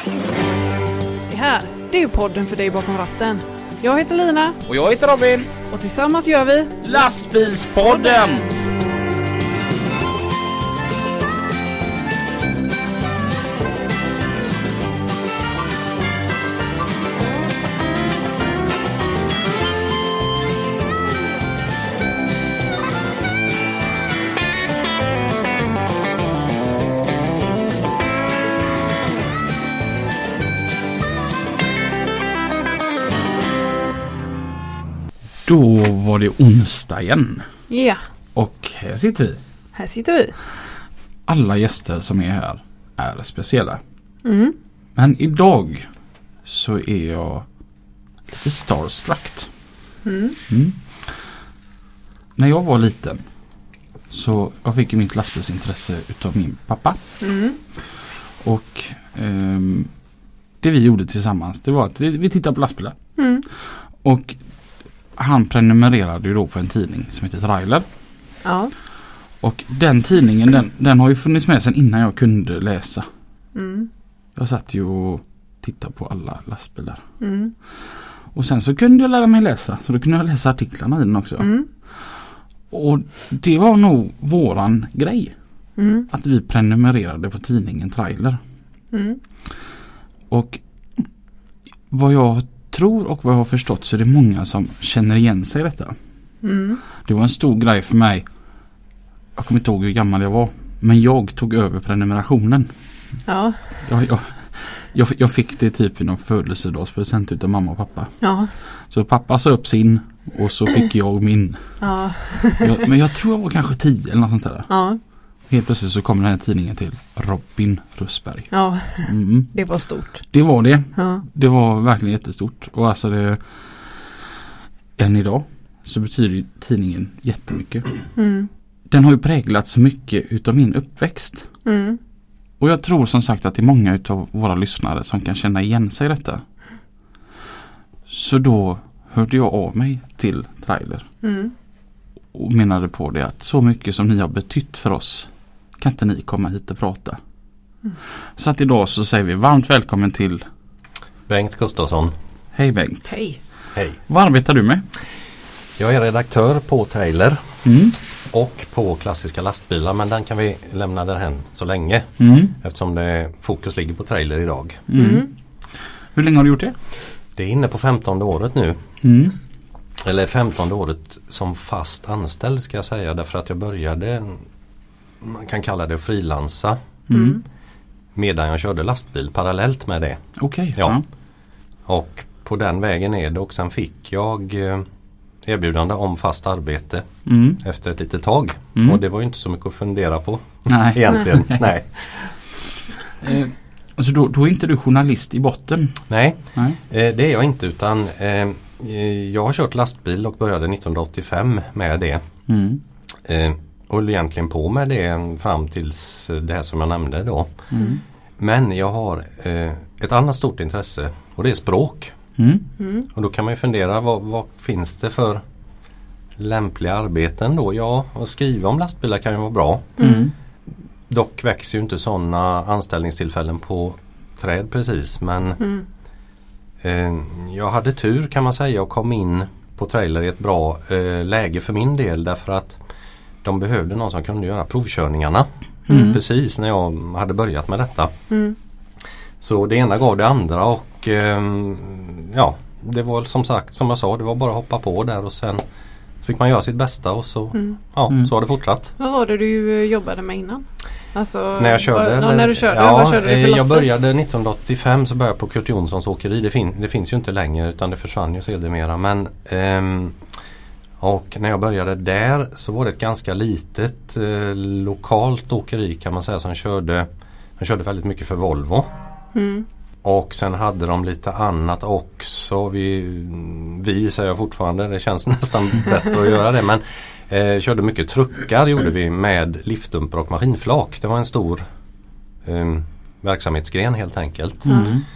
Det här, det är ju podden för dig bakom ratten. Jag heter Lina. Och jag heter Robin. Och tillsammans gör vi Lastbilspodden! Då var det onsdag igen. Ja. Och här sitter vi. Här sitter vi. Alla gäster som är här är speciella. Mm. Men idag så är jag lite starstruck. Mm. När jag var liten så jag fick mitt lastbilsintresse utav min pappa. Mm. Och det vi gjorde tillsammans, det var att vi tittade på lastbilar. Mm. Och han prenumererade ju då på en tidning som heter Trailer. Ja. Och den tidningen den har ju funnits med sedan innan jag kunde läsa. Mm. Jag satt ju och tittade på alla lastbilar. Mm. Och sen så kunde jag lära mig läsa. Så då kunde jag läsa artiklarna i den också. Mm. Och det var nog våran grej. Mm. Att vi prenumererade på tidningen Trailer. Mm. Och vad jag tror och vad jag har förstått så är det många som känner igen sig i detta. Mm. Det var en stor grej för mig. Jag kommer inte ihåg hur gammal jag var. Men jag tog över prenumerationen. Ja. Jag fick det typ i någon födelsedagspresent utav mamma och pappa. Ja. Så pappa sa upp sin och så fick jag min. Ja. Men jag tror jag var kanske 10 eller något sånt där. Ja. Helt plötsligt så kom den här tidningen till Robin Russberg. Ja. Mm. Det var stort. Det var det. Ja. Det var verkligen jättestort. Och alltså det än idag så betyder ju tidningen jättemycket. Mm. Den har ju präglat så mycket utav min uppväxt. Mm. Och jag tror som sagt att det är många utav våra lyssnare som kan känna igen sig i detta. Så då hörde jag av mig till Trailer. Mm. Och menade på det att så mycket som ni har betytt för oss kan inte ni komma hit och prata. Mm. Så att idag så säger vi varmt välkommen till Bengt Gustafsson. Hej Bengt. Hej. Hej. Vad arbetar du med? Jag är redaktör på Trailer Mm. och på klassiska lastbilar, men den kan vi lämna därhen så länge eftersom fokus ligger på Trailer idag. Mm. Hur länge har du gjort det? Det är inne på 15:e året nu. Mm. Eller 15:e året som fast anställd ska jag säga, därför att jag började, man kan kalla det frilansa medan jag körde lastbil parallellt med det. Okej. Ja. Och på den vägen är det, och sen fick jag erbjudande om fast arbete efter ett litet tag. Och det var ju inte så mycket att fundera på. Nej. Egentligen. Nej. Alltså då är inte du journalist i botten? Nej. Det är jag inte, utan jag har kört lastbil och började 1985 med det. Och höll egentligen på med det fram tills det här som jag nämnde då. Men jag har ett annat stort intresse, och det är språk. Och då kan man ju fundera, vad finns det för lämpliga arbeten då? Ja, att skriva om lastbilar kan ju vara bra. Dock växer ju inte sådana anställningstillfällen på träd precis, men jag hade tur kan man säga och kom in på Trailer i ett bra läge för min del, därför att de behövde någon som kunde göra provkörningarna precis när jag hade börjat med detta. Så det ena gav det andra, och ja, det var som sagt, som jag sa, det var bara att hoppa på där, och sen fick man göra sitt bästa, och så så har det fortsatt. Vad var det du jobbade med innan? Alltså, när jag körde? När du körde? Ja, vad körde du för jag lastbil? började 1985, så började jag på Kurt Jonssons åkeri. Det finns ju inte längre, utan det försvann ju sedermera. Men och när jag började där så var det ett ganska litet lokalt åkeri kan man säga, som körde väldigt mycket för Volvo. Och sen hade de lite annat också. Vi säger jag fortfarande, det känns nästan bättre att göra det, men körde mycket truckar gjorde vi med liftdumper och maskinflak. Det var en stor verksamhetsgren helt enkelt.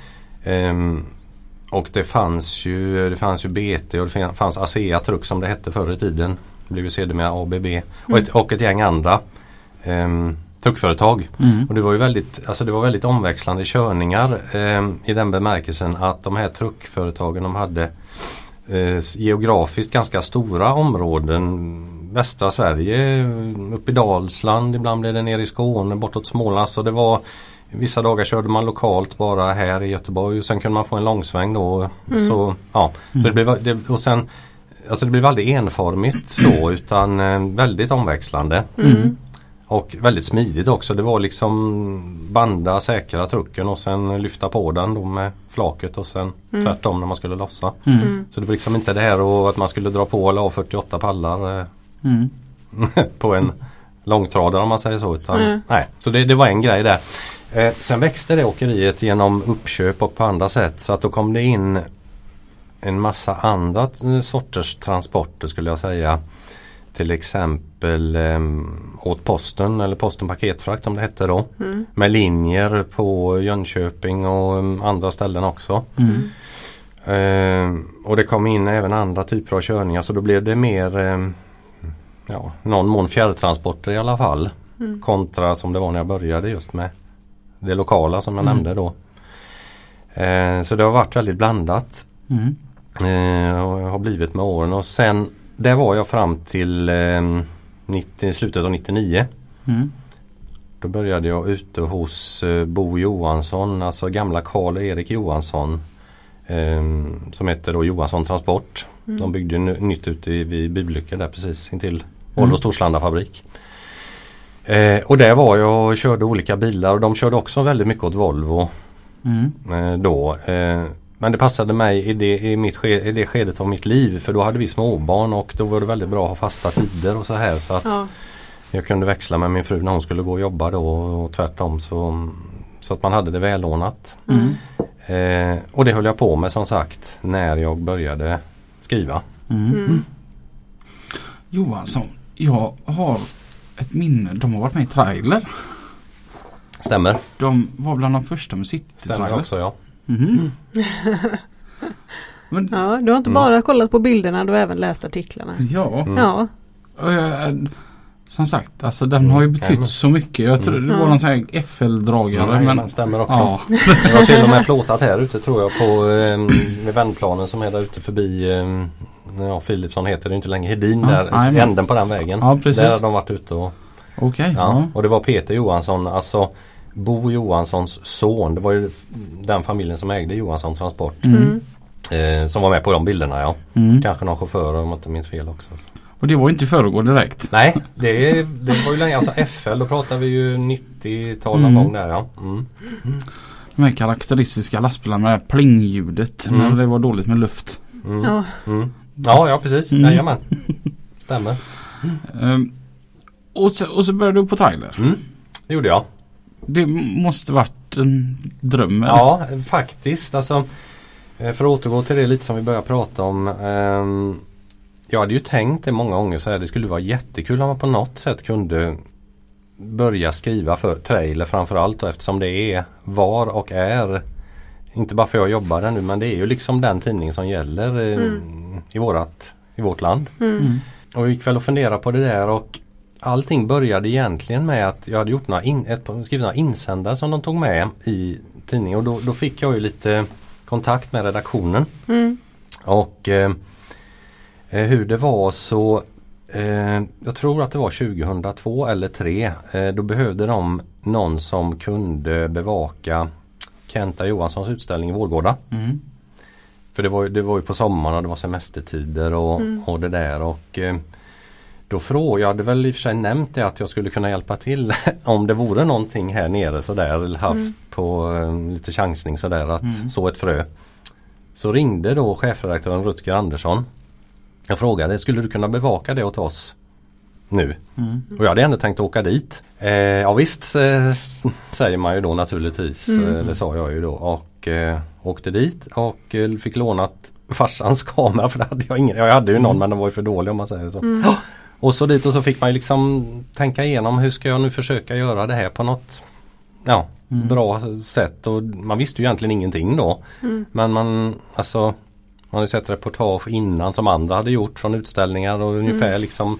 Och det fanns ju BT och det fanns ASEA Truck som det hette förr i tiden. Det blev ju sedermera ABB och ett gäng andra. truckföretag. Och det var ju väldigt omväxlande körningar i den bemärkelsen att de här truckföretagen de hade geografiskt ganska stora områden. Västra Sverige, upp i Dalsland, ibland blev det nere i Skåne, bortåt Småland. Så det var, vissa dagar körde man lokalt bara här i Göteborg och sen kunde man få en långsväng då. Så, ja. Så det blev aldrig enformigt så utan väldigt omväxlande. Och väldigt smidigt också. Det var liksom banda, säkra trucken och sen lyfta på den då med flaket och sen tvärtom när man skulle lossa. Så det var liksom inte det här och att man skulle dra på eller av 48 pallar på en långtradare om man säger så. Utan, nej. Så det var en grej där. Sen växte det åkeriet genom uppköp och på andra sätt så att då kom det in en massa andra sorters transporter skulle jag säga. Till exempel åt posten eller posten paketfrakt som det hette då. Med linjer på Jönköping och andra ställen också. Och det kom in även andra typer av körningar så då blev det mer någon mån fjärrtransporter i alla fall. Kontra som det var när jag började just med det lokala som jag nämnde då. Så det har varit väldigt blandat. Och har blivit med åren och sen där var jag fram till slutet av 99. Då började jag ute hos Bo Johansson, alltså gamla Karl-Erik Johansson som heter då Johansson Transport. De byggde nytt ute vid Biblycka där precis intill Volvo Torslanda fabrik. Och där var jag och körde olika bilar och de körde också väldigt mycket åt Volvo då. Men det passade mig i det skedet av mitt liv för då hade vi småbarn och då var det väldigt bra att ha fasta tider och så här så att jag kunde växla med min fru när hon skulle gå och jobba då och tvärtom så att man hade det välordnat. Och det höll jag på med som sagt när jag började skriva. Johansson, jag har ett minne, de har varit med i Trailer. Stämmer. De var bland de första med sitt Stämmer också, ja. Men, ja, du har inte bara kollat på bilderna, du har även läst artiklarna. Ja. Som sagt, alltså den har ju betytt så mycket. Jag tror det var någon sån här FL-dragare. Men stämmer också. Det var till och med plåtat här ute tror jag på med vändplanen som är där ute förbi Philipsson heter det inte längre. Hedin där, änden på den vägen. Ja, precis. Där har de varit ute och och det var Peter Johansson, alltså Bo Johanssons son. Det var ju den familjen som ägde Johansson Transport. Som var med på de bilderna, Kanske någon chaufför om jag inte minns fel också. Och det var inte föregå direkt. Nej, det var ju länge. Alltså FL, då pratar vi ju 90-tal någon gång där, De här karaktäristiska lastbilarna med plingljudet när det var dåligt med luft. Ja, precis. Jajamän. Stämmer. Och så började du på Trailer. Det gjorde jag. Det måste varit en dröm. Eller? Ja, faktiskt. Alltså, för att återgå till det lite som vi började prata om. Jag hade ju tänkt det många gånger så här, det skulle vara jättekul om man på något sätt kunde börja skriva för Trailer framförallt och eftersom det var och är inte bara för jag jobbar där nu men det är ju liksom den tidning som gäller i vårt land. Och vi gick väl och fundera på det där och allting började egentligen med att jag hade gjort skrivit några insändare som de tog med i tidningen och då fick jag ju lite kontakt med redaktionen och hur det var så jag tror att det var 2002 eller 2003 då behövde de någon som kunde bevaka Kenta Johanssons utställning i Vårgårda. För det var ju på sommaren och det var semestertider och det där och då frågade jag, hade väl i och för sig nämnt det att jag skulle kunna hjälpa till om det vore någonting här nere sådär eller haft på lite chansning sådär att så ett frö. Så ringde då chefredaktören Rutger Andersson. Jag frågade, skulle du kunna bevaka det åt oss nu? Och jag hade ändå tänkt åka dit. Ja visst säger man ju då naturligtvis, eller sa jag ju då. Och åkte dit och fick lånat farsans kamera för det hade jag ingen. Jag hade ju någon men den var ju för dålig om man säger så. Och så dit och så fick man ju liksom tänka igenom hur ska jag nu försöka göra det här på något bra sätt. Och man visste ju egentligen ingenting då. Men man har ju sett reportage innan som andra hade gjort från utställningar och ungefär liksom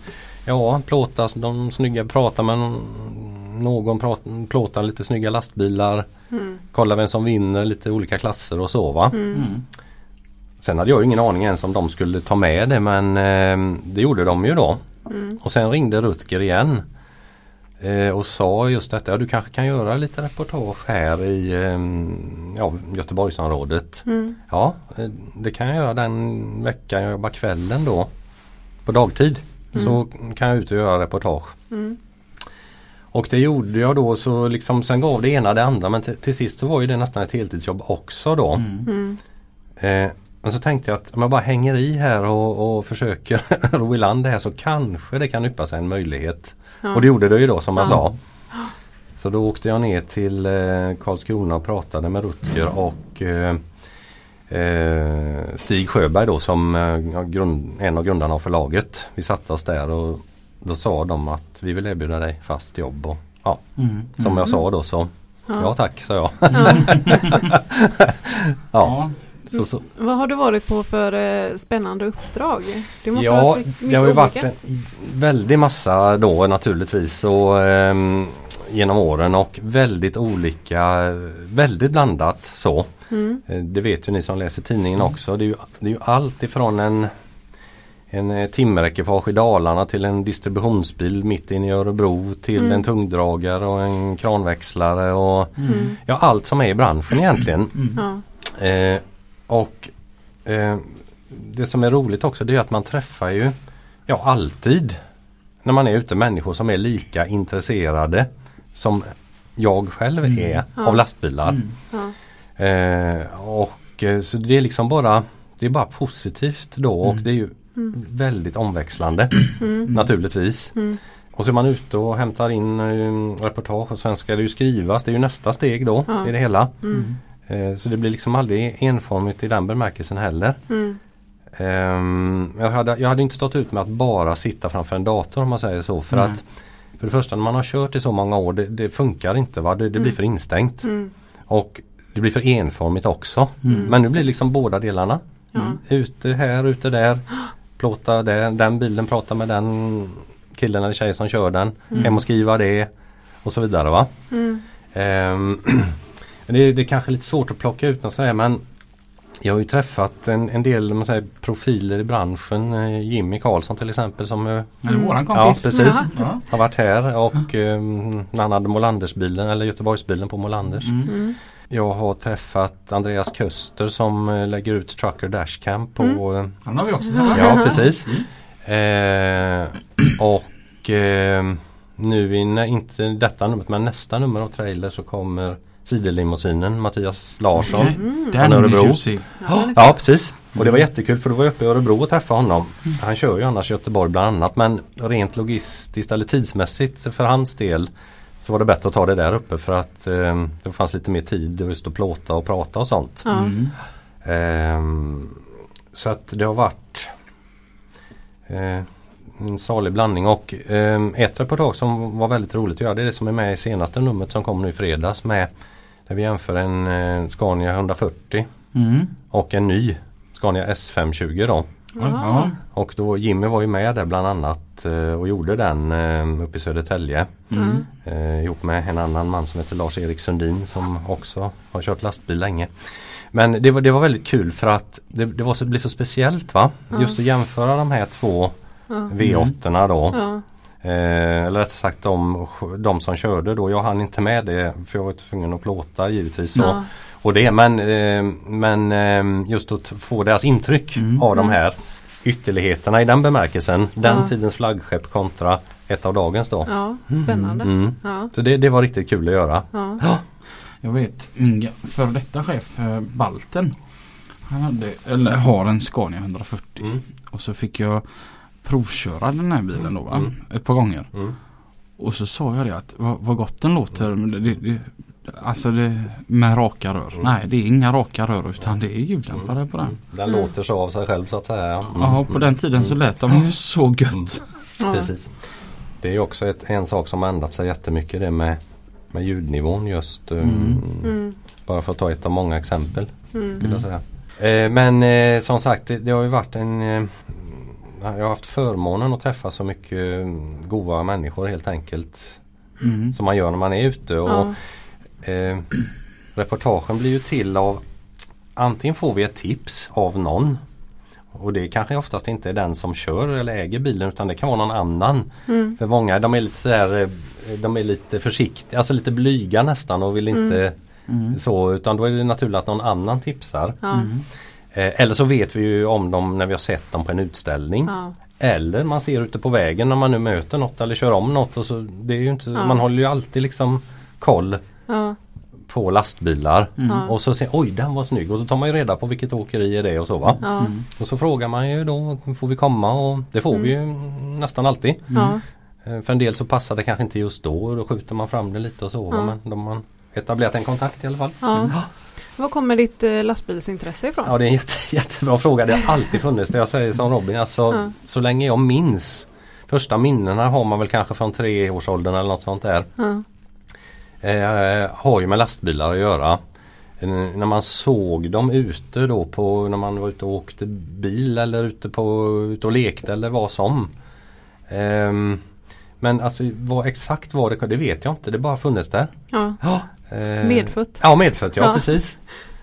plåta de snygga, prata med någon, plåta lite snygga lastbilar, kolla vem som vinner, lite olika klasser och så va. Sen hade jag ju ingen aning ens om de skulle ta med det, men det gjorde de ju då. Och sen ringde Rutger igen och sa just detta, du kanske kan göra lite reportage här i Göteborgsområdet. Ja, det kan jag göra den veckan jag jobbar kvällen då. På dagtid så kan jag ut och göra reportage. Och det gjorde jag då, så liksom sen gav det ena det andra, men till sist så var ju det nästan ett heltidsjobb också då. Men så tänkte jag att om jag bara hänger i här och försöker ro i land det här, så kanske det kan yppa sig en möjlighet. Och det gjorde det ju då, som jag sa. Så då åkte jag ner till Karlskrona och pratade med Rutger och Stig Sjöberg då, som en av grundarna av förlaget. Vi satte oss där och då sa de att vi vill erbjuda dig fast jobb. Och, som jag sa då, så ja tack, sa jag. Så. Vad har du varit på för spännande uppdrag? Det måste det har ju varit en väldigt massa då naturligtvis, och genom åren, och väldigt olika, väldigt blandat så. Det vet ju ni som läser tidningen också. Det är ju allt ifrån en timmerekipage i Dalarna till en distributionsbil mitt inne i Örebro till en tungdragare och en kranväxlare och allt som är i branschen egentligen. Och det som är roligt också, det är att man träffar ju alltid när man är ute människor som är lika intresserade som jag själv är av lastbilar. Och så det är liksom bara positivt då, och det är ju väldigt omväxlande naturligtvis. Och så är man ute och hämtar in reportage, och sen ska det ju skrivas, det är ju nästa steg då i det hela. Så det blir liksom aldrig enformigt i den bemärkelsen heller. Jag hade inte stått ut med att bara sitta framför en dator, om man säger så. För att för det första, när man har kört i så många år, det funkar inte va? Det blir för instängt. Och det blir för enformigt också. Men nu blir liksom båda delarna. Ute här, ute där. Plåta där, den bilen, prata med den killen eller tjejen som kör den. Hem och skriva det. Och så vidare va? Det är kanske lite svårt att plocka ut något sådär, men jag har ju träffat en del man säger, profiler i branschen. Jimmy Karlsson till exempel, som är våran kompis. Ja, precis. Har varit här, och när han hade Molandersbilen, eller Göteborgsbilen på Molanders. Jag har träffat Andreas Köster som lägger ut Trucker Dashcam på... Han har vi också träffat. Ja, precis. Och nu inte detta numret, men nästa nummer av trailer så kommer Sidelimousinen, Mattias Larsson från Örebro. Ja, precis. Och det var jättekul, för då var jag uppe i Örebro och träffade honom. Han kör ju annars i Göteborg bland annat, men rent logistiskt eller tidsmässigt för hans del så var det bättre att ta det där uppe, för att det fanns lite mer tid just att plåta och prata och sånt. Så att det har varit en salig blandning, och ett reportage som var väldigt roligt att göra, det är det som är med i senaste numret som kom nu i fredags, med där vi jämför en Scania 140 och en ny Scania S520 då. Och då Jimmy var ju med där bland annat och gjorde den uppe i Södertälje ihop med en annan man som heter Lars-Erik Sundin, som också har kört lastbil länge. Men det var väldigt kul, för att det blir så speciellt va? Just att jämföra de här två V8-orna då. Eller rättare sagt de som körde då. Jag hann inte med det, för jag var tvungen att plåta givetvis. Och det, men just att få deras intryck av de här ytterligheterna i den bemärkelsen. Den tidens flaggskepp kontra ett av dagens då. Ja, spännande. Så det var riktigt kul att göra. Jag vet, min för detta chef Balten, han har en Scania 140 och så fick jag provköra den här bilen då va? Ett par gånger. Och så sa jag det att vad gott den låter, alltså det med raka rör. Nej, det är inga raka rör, utan det är ljuddämpare på den. Den låter så av sig själv så att säga. Ja, på den tiden så lät de ju så gött. Precis. Det är ju också en sak som har ändrat sig jättemycket, det med ljudnivån just. Bara för att ta ett av många exempel skulle jag säga. Men som sagt, det har ju varit jag har haft förmånen att träffa så mycket goda människor helt enkelt. Som man gör när man är ute. Och reportagen blir ju till av, antingen får vi ett tips av någon. Och det kanske oftast inte är den som kör eller äger bilen, utan det kan vara någon annan. För många, de är lite så här, de är lite försiktiga, alltså lite blyga nästan och vill inte så, utan då är det naturligt att någon annan tipsar. Eller så vet vi ju om dem när vi har sett dem på en utställning. Eller man ser ute på vägen när man nu möter något eller kör om något. Och så, det är ju inte, man håller ju alltid liksom koll på lastbilar. Och så säger oj, den var snygg. Och så tar man ju reda på vilket åkeri är det och så va. Och så frågar man ju då, får vi komma? Och det får vi ju nästan alltid. För en del så passar det kanske inte just då. Och då skjuter man fram det lite och så. Men de har etablerat en kontakt i alla fall. Var kommer ditt lastbilsintresse ifrån? Ja, det är en jättebra fråga. Det har alltid funnits. Det jag säger som Robin, alltså så länge jag minns. Första minnena har man väl kanske från 3-årsåldern eller något sånt där. Har ju med lastbilar att göra. När man såg dem ute då på, när man var ute och åkte bil eller ute och lekte eller vad som. Men alltså exakt vad det vet jag inte. Det bara funnits där. Medfött. Ja, medfött, ja precis.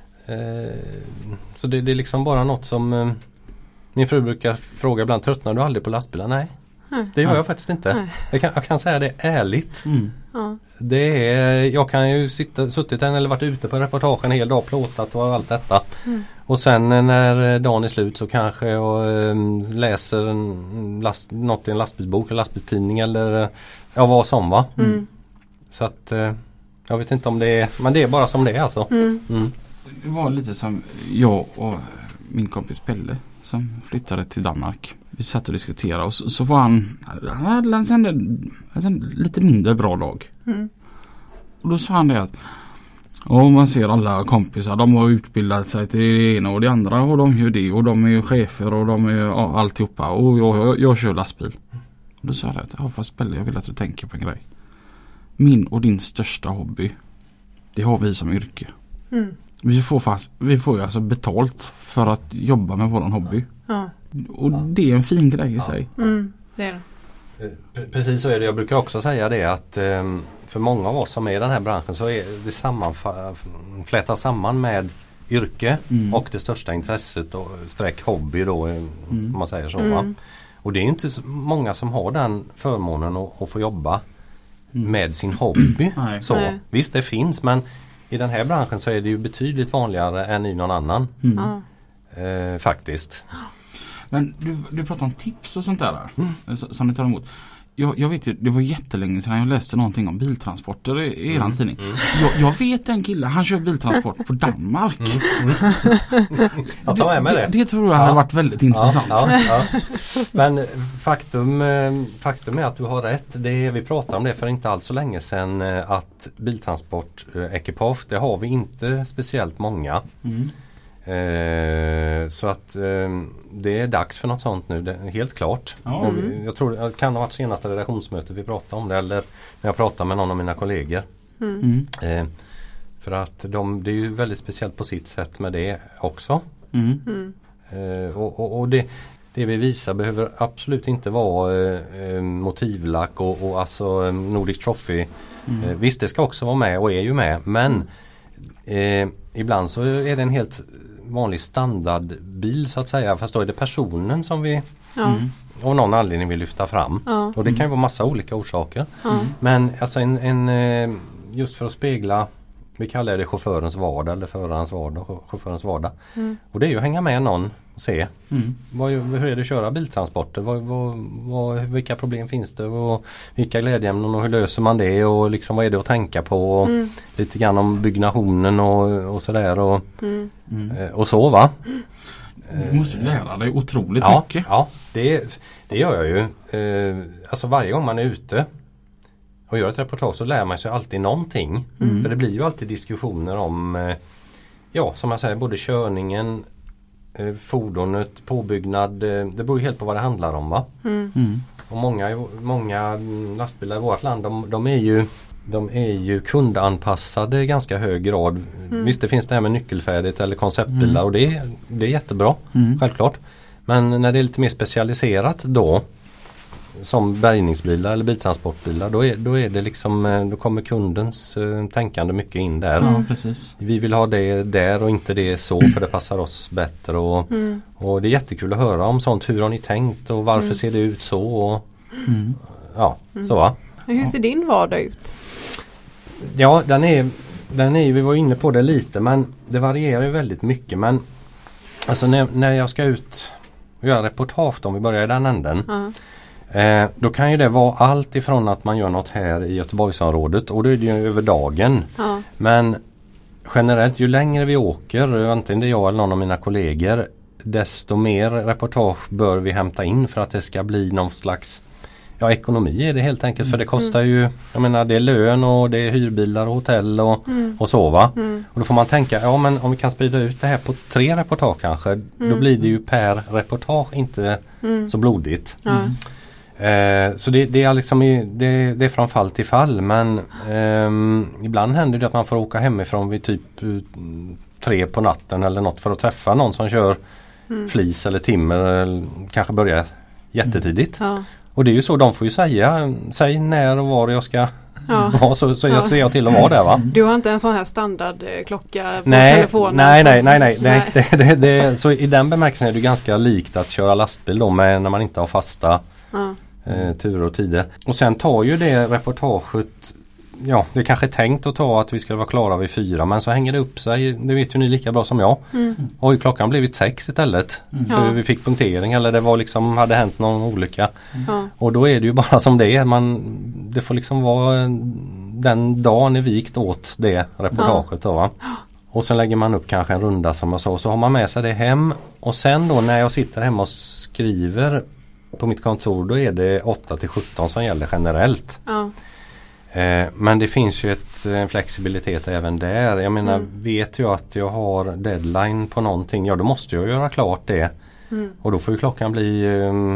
Så det är liksom bara något som min fru brukar fråga ibland, tröttnar du aldrig på lastbilar? Nej, det gör jag faktiskt inte. Jag kan säga det ärligt. Det är, jag kan ju suttit eller varit ute på reportagen en hel dag, plåtat och allt detta. Och sen när dagen är slut så kanske jag läser något i en lastbilsbok eller lastbilstidning eller vad som va. Så att jag vet inte om det är, men det är bara som det är alltså. Det var lite som jag och min kompis Pelle som flyttade till Danmark. Vi satt och diskuterade och så var han hade en lite mindre bra dag. Och då sa han det att om man ser alla kompisar, de har utbildat sig till det ena och det andra och de gör det och de är ju chefer och de är alltihopa och jag kör lastbil. Och då sa jag att fast Pelle, jag vill att du tänker på en grej. Min och din största hobby, det har vi som yrke. Vi får ju alltså betalt för att jobba med våran hobby. Och det är en fin grej i sig. Det är det. Precis så är det. Jag brukar också säga det att för många av oss som är i den här branschen så är det flätas samman med yrke och det största intresset och hobby då, om man säger så va? Och det är inte så många som har den förmånen att få jobba med sin hobby. Så. Visst det finns, men i den här branschen så är det ju betydligt vanligare än i någon annan. Faktiskt. Men du pratar om tips och sånt där som ni tar emot. Jag vet ju, det var jättelänge sedan jag läste någonting om biltransporter i eran tidning. Jag vet en kille, han kör biltransport på Danmark. Jag tar med mig det. Det tror jag har varit väldigt intressant. Men faktum är att du har rätt. Vi pratade om det för inte alls så länge sedan att biltransportekipage, det har vi inte speciellt många. Så att det är dags för något sånt nu, det är helt klart. Jag tror det kan ha varit senaste redaktionsmötet vi pratade om det, eller när jag pratade med någon av mina kollegor. För att det är ju väldigt speciellt på sitt sätt med det också. Och det vi visar behöver absolut inte vara motivlack och alltså Nordic Trophy. Visst, det ska också vara med och är ju med, men ibland så är det en helt vanlig standardbil så att säga, fast då är det personen som vi av någon anledning vill lyfta fram. Och det kan ju vara massa olika orsaker. Men alltså just för att spegla, vi kallar det chaufförens vardag eller förarens vardag, chaufförens vardag. Och det är ju att hänga med någon och se hur är det att köra biltransporter, vilka problem finns det och vilka glädjeämnen och hur löser man det och liksom vad är det att tänka på och lite grann om byggnationen och sådär och så va. Du måste lära dig otroligt mycket. Ja, det gör jag ju. Alltså varje gång man är ute och gör ett reportage så lär man sig alltid någonting. För det blir ju alltid diskussioner om som jag säger, både körningen, fordonet, påbyggnad, det beror ju helt på vad det handlar om va. Och många lastbilar i vårt land de är ju kundanpassade i ganska hög grad. Visst det finns det här med nyckelfärdigt eller konceptbilar och det är jättebra, självklart. Men när det är lite mer specialiserat då, som bärgningsbilar eller biltransportbilar, då är det liksom, då kommer kundens tänkande mycket in där. Ja, precis. Vi vill ha det där och inte det så, för det passar oss bättre. Och det är jättekul att höra om sånt. Hur har ni tänkt och varför ser det ut så? Och, så va? Hur ser din vardag ut? Ja, den är, vi var inne på det lite, men det varierar ju väldigt mycket. Men alltså när jag ska ut och göra reportage, om vi börjar i den änden, då kan ju det vara allt ifrån att man gör något här i Göteborgsområdet, och då är det ju över dagen. Men generellt, ju längre vi åker, antingen det är jag eller någon av mina kollegor, desto mer reportage bör vi hämta in för att det ska bli någon slags ekonomi är det helt enkelt. För det kostar ju, jag menar, det är lön och det är hyrbilar och hotell och så va. Och då får man tänka, men om vi kan sprida ut det här på 3 reportage kanske, då blir det ju per reportage inte så blodigt. Så det är liksom det är från fall till fall, men ibland händer det att man får åka hemifrån vid typ 3 på natten eller något för att träffa någon som kör flis eller timmer, eller kanske börjar jättetidigt. Och det är ju så, de får ju säg när och var jag ska vara, så jag ser jag till att vara där va. Du har inte en sån här standardklocka på telefonen? Nej. Så i den bemärkelsen är det ganska likt att köra lastbil då, med när man inte har fasta turer och tider. Och sen tar ju det reportaget, det är kanske tänkt att ta att vi ska vara klara vid 4, men så hänger det upp sig, det vet ju ni lika bra som jag. Och klockan blivit 6 istället. För vi fick punktering eller det var liksom, hade hänt någon olycka. Och då är det ju bara som det är. Det får liksom vara den dagen är vikt åt det reportaget då va. Och sen lägger man upp kanske en runda som jag sa, så har man med sig det hem. Och sen då när jag sitter hemma och skriver på mitt kontor, då är det 8-17 som gäller generellt. Men det finns ju en flexibilitet även där. Jag menar, vet jag att jag har deadline på någonting, då måste jag göra klart det. Och då får ju klockan bli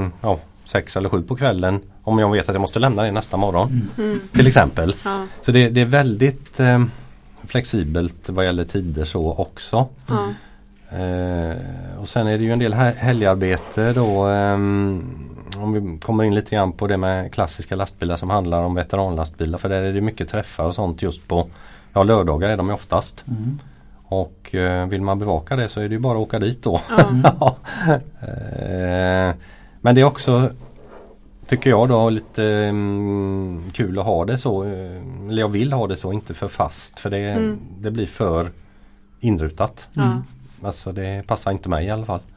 6 eller 7 på kvällen, om jag vet att jag måste lämna det nästa morgon. Till exempel. Så det är väldigt flexibelt vad gäller tider så också. Och sen är det ju en del helgarbete då, om vi kommer in lite grann på det med klassiska lastbilar som handlar om veteranlastbilar, för där är det mycket träffar och sånt just på lördagar är de ju oftast. Och vill man bevaka det så är det ju bara att åka dit då. Men det är också, tycker jag då, lite kul att ha det så, eller jag vill ha det så, inte för fast, för det blir för inrutat. Alltså det passar inte mig i alla fall.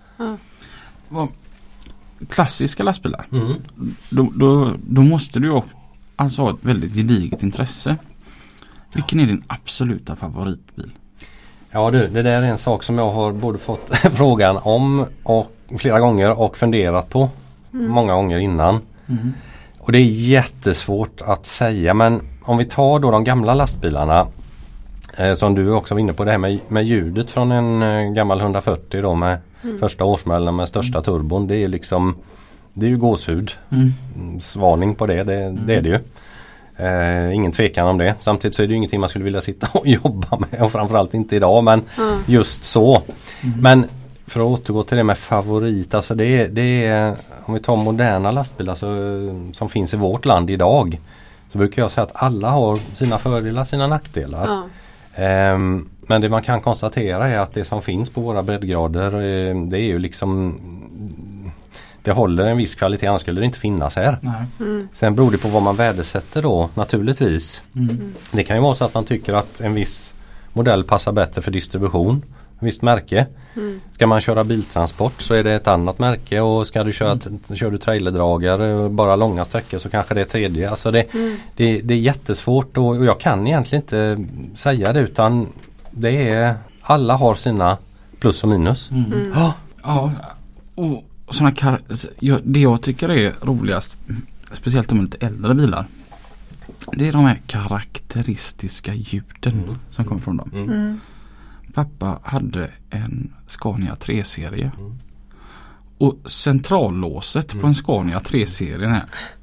Klassiska lastbilar, då måste du ju alltså ha ett väldigt gediget intresse. Vilken är din absoluta favoritbil? Ja du, det där är en sak som jag har både fått frågan om och flera gånger och funderat på många gånger innan. Och det är jättesvårt att säga, men om vi tar då de gamla lastbilarna, som du också var inne på, det här med ljudet från en gammal 140 då med första årsmodellen med största turbon, det är liksom, det är ju gåshud. Svarning på det är det ju. Ingen tvekan om det. Samtidigt så är det ju ingenting man skulle vilja sitta och jobba med, och framförallt inte idag, men just så. Men för att återgå till det med favorit, alltså det är om vi tar moderna lastbilar som finns i vårt land idag, så brukar jag säga att alla har sina fördelar, sina nackdelar. Men det man kan konstatera är att det som finns på våra breddgrader, det är ju liksom, det håller en viss kvalitet, annars skulle det inte finnas här. Sen beror det på vad man värdesätter då, naturligtvis. Det kan ju vara så att man tycker att en viss modell passar bättre för distribution, ett visst märke. Ska man köra biltransport så är det ett annat märke, och ska du kör du trailerdragare bara långa sträckor så kanske det är tredje. Alltså det är jättesvårt, och jag kan egentligen inte säga det, utan det är, alla har sina plus och minus. Ja, och det jag tycker är roligast, speciellt de lite äldre bilar, det är de här karaktäristiska ljuden som kommer från dem. Pappa hade en Scania 3-serie. Och centrallåset på en Scania 3-serie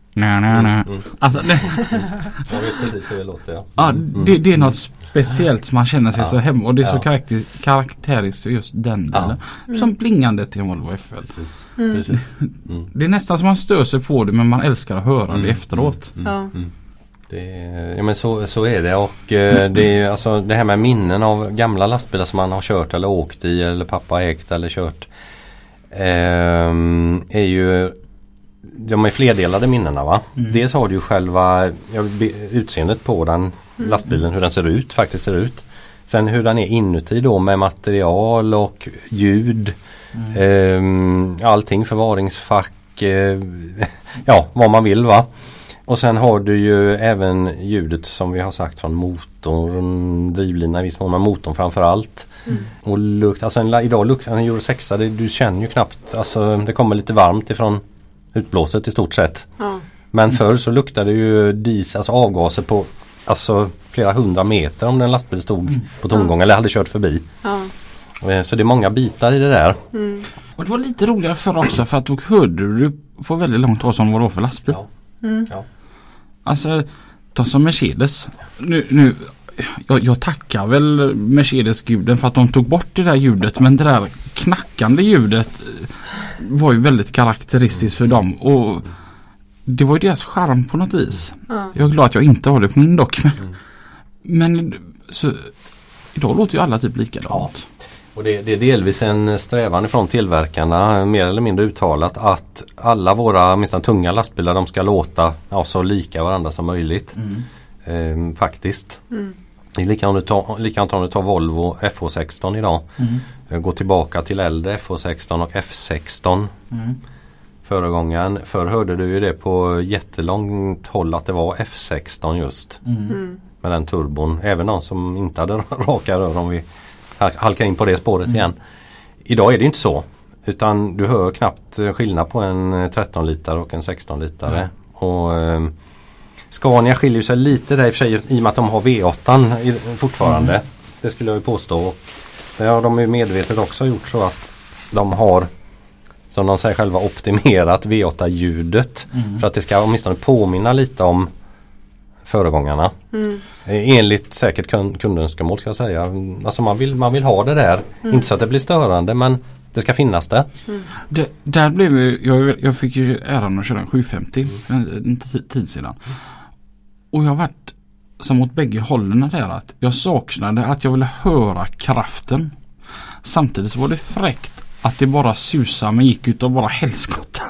Alltså det, jag vet precis hur det låter. Ja. Ja, det är något speciellt som man känner sig så hemma. Och det är så karaktäriskt för just den delen. Som plingandet i en Volvo FL. Precis. Det är nästan som man stör sig på det, men man älskar att höra det efteråt. Men så är det. Och det är alltså det här med minnen av gamla lastbilar som man har kört eller åkt i, eller pappa ägt eller kört, är ju, de är flerdelade minnena, va? Dels har du ju själva utseendet på den lastbilen, hur den faktiskt ser ut. Sen hur den är inuti då, med material och ljud, allting, förvaringsfack, vad man vill, va? Och sen har du ju även ljudet som vi har sagt från motorn, drivlina i viss mån, men motorn framför allt. Och lukt, alltså idag luktar en Euro 6, du känner ju knappt, alltså det kommer lite varmt ifrån utblåset i stort sett. Men förr så luktade det ju alltså avgaser på flera 100 meter om en lastbil stod på tomgång eller hade kört förbi. Så det är många bitar i det där. Och det var lite roligare förr också, för att då hörde du på väldigt långt avstånd vad det var för lastbil. Alltså, de som Mercedes. Jag tackar väl Mercedes-guden för att de tog bort det där ljudet, men det där knackande ljudet var ju väldigt karaktäristiskt för dem, och det var ju deras charm på något vis. Jag är glad att jag inte har det på min dock, men så, idag låter ju alla typ likadant. Och det är delvis en strävan från tillverkarna, mer eller mindre uttalat, att alla våra minst tunga lastbilar, de ska låta så lika varandra som möjligt. Faktiskt. Det är likadant om du tar Volvo FH16 idag. Gå tillbaka till äldre FH16 och F16. Förr hörde du ju det på jättelångt håll att det var F16 just. Med den turbon. Även de som inte hade raka rör, om vi halkar in på det spåret igen. Idag är det inte så. Utan du hör knappt skillnad på en 13 liter och en 16 litare. Och Scania skiljer sig lite där i och för sig, i och med att de har V8 fortfarande. Det skulle jag ju påstå. Och det har de ju medvetet också gjort, så att de har, som de säger själva, optimerat V8-ljudet. För att det ska åtminstone påminna lite om föregångarna. Enligt säkert kundönskemål, ska jag säga. Alltså man vill ha det där. Inte så att det blir störande, men det ska finnas där. Där blev jag fick ju äran att köra en 750 en tid sedan. Och jag har varit som åt bägge hållen där, att jag saknade att jag ville höra kraften. Samtidigt så var det fräckt att det bara susade, men gick ut och bara helskotta.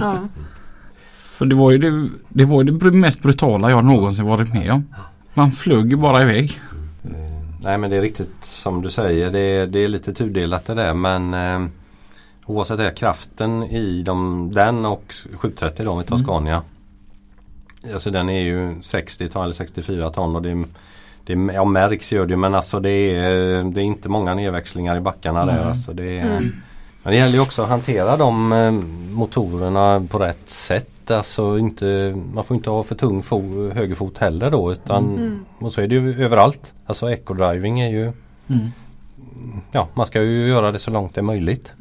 För det var ju det mest brutala jag någonsin varit med om. Man flög ju bara iväg. Nej, men det är riktigt som du säger. Det är lite tudelat det där, men oavsett det, kraften i den och 730 då, vi tar Scania. Alltså den är ju 60 ton eller 64 ton, och det märks gör det, men alltså det är inte många nedväxlingar i backarna där. Alltså men det gäller ju också att hantera de motorerna på rätt sätt. Alltså man får inte ha för tung högerfot heller då, utan och så är det ju överallt. Alltså eco-driving är ju man ska ju göra det så långt det är möjligt.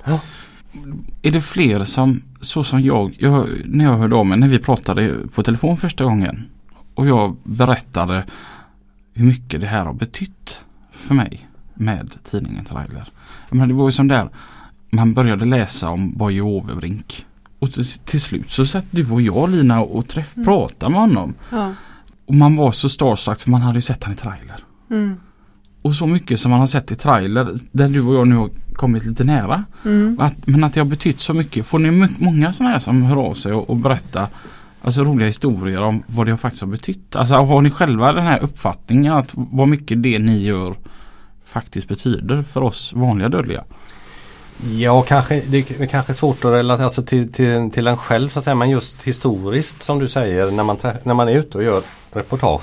Är det fler som, så som jag när jag hörde om när vi pratade på telefon första gången, och jag berättade hur mycket det här har betytt för mig med tidningen Trailer. Men det var ju som där man började läsa om Boje Overbrink, och till slut så satt du och jag, Lina, och pratade med honom. Och man var så starstruck, för man hade ju sett han i Trailer. Och så mycket som man har sett i Trailer, där du och jag nu har kommit lite nära. Men att det har betytt så mycket. Får ni många sådana här som hör av sig och berättar alltså roliga historier om vad det faktiskt har betytt? Alltså har ni själva den här uppfattningen att vad mycket det ni gör faktiskt betyder för oss vanliga dödliga? Ja, det är kanske svårt att relatera alltså till en själv, så att säga, men just historiskt som du säger, när man är ute och gör reportage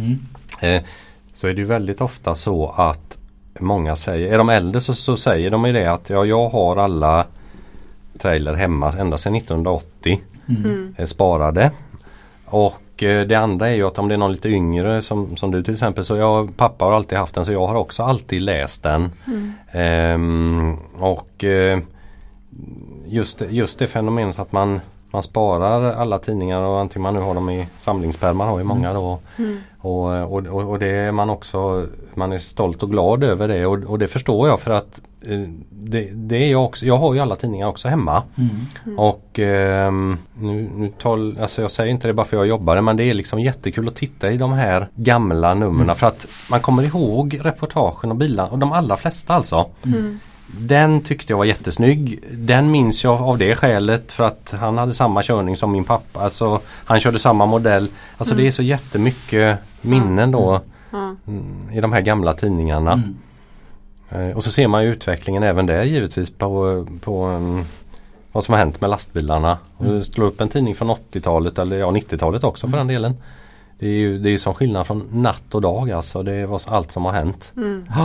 så är det ju väldigt ofta så att många säger, är de äldre så säger de ju det att jag har alla trailer hemma ända sedan 1980 sparade. Och det andra är ju att om det är någon lite yngre som du till exempel, så pappa har alltid haft den, så jag har också alltid läst den. Och just det fenomenet att man man sparar alla tidningar och antingen man nu har dem i samlingspärmar, har ju många då. Och det är man är stolt och glad över det och det förstår jag för att det är jag också. Jag har ju alla tidningar också hemma. Och alltså jag säger inte det bara för jag jobbar, men det är liksom jättekul att titta i de här gamla numren för att man kommer ihåg reportagen och bilarna och de allra flesta alltså. Den tyckte jag var jättesnygg. Den minns jag av det skälet för att han hade samma körning som min pappa. Alltså han körde samma modell. Alltså det är så jättemycket minnen då i de här gamla tidningarna. Och så ser man ju utvecklingen även där givetvis på vad som har hänt med lastbilarna. Och du slår upp en tidning från 80-talet eller 90-talet också för den delen. Det är ju som skillnad från natt och dag alltså. Det var allt som har hänt.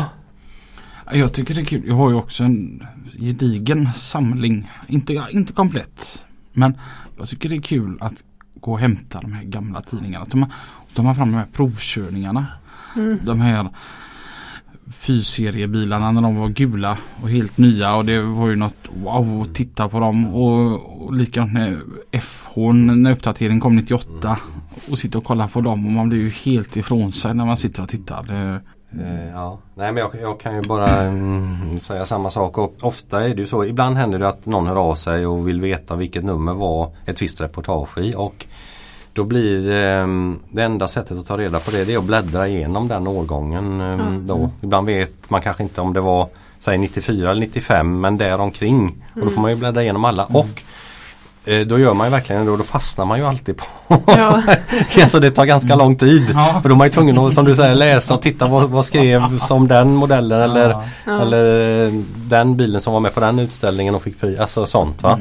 Jag tycker det är kul. Jag har ju också en gedigen samling. Inte komplett. Men jag tycker det är kul att gå och hämta de här gamla tidningarna. De har fram de här provkörningarna. De här fyrseriebilarna när de var gula och helt nya. Och det var ju något wow att titta på dem. Och likadant när FH, när uppdateringen kom 98. Och sitta och kolla på dem. Och man blir ju helt ifrån sig när man sitter och tittar. Nej men jag kan ju bara säga samma sak och ofta är det ju så, ibland händer det att någon hör av sig och vill veta vilket nummer var ett visst reportage i och då blir det enda sättet att ta reda på det är att bläddra igenom den årgången då. Ibland vet man kanske inte om det var säg 94 eller 95 men där omkring och då får man ju bläddra igenom alla och då gör man ju verkligen då fastnar man ju alltid på alltså det tar ganska lång tid för då är man ju tvungen att som du säger läsa och titta vad skrevs om den modellen eller den bilen som var med på den utställningen och fick pris, alltså sånt va?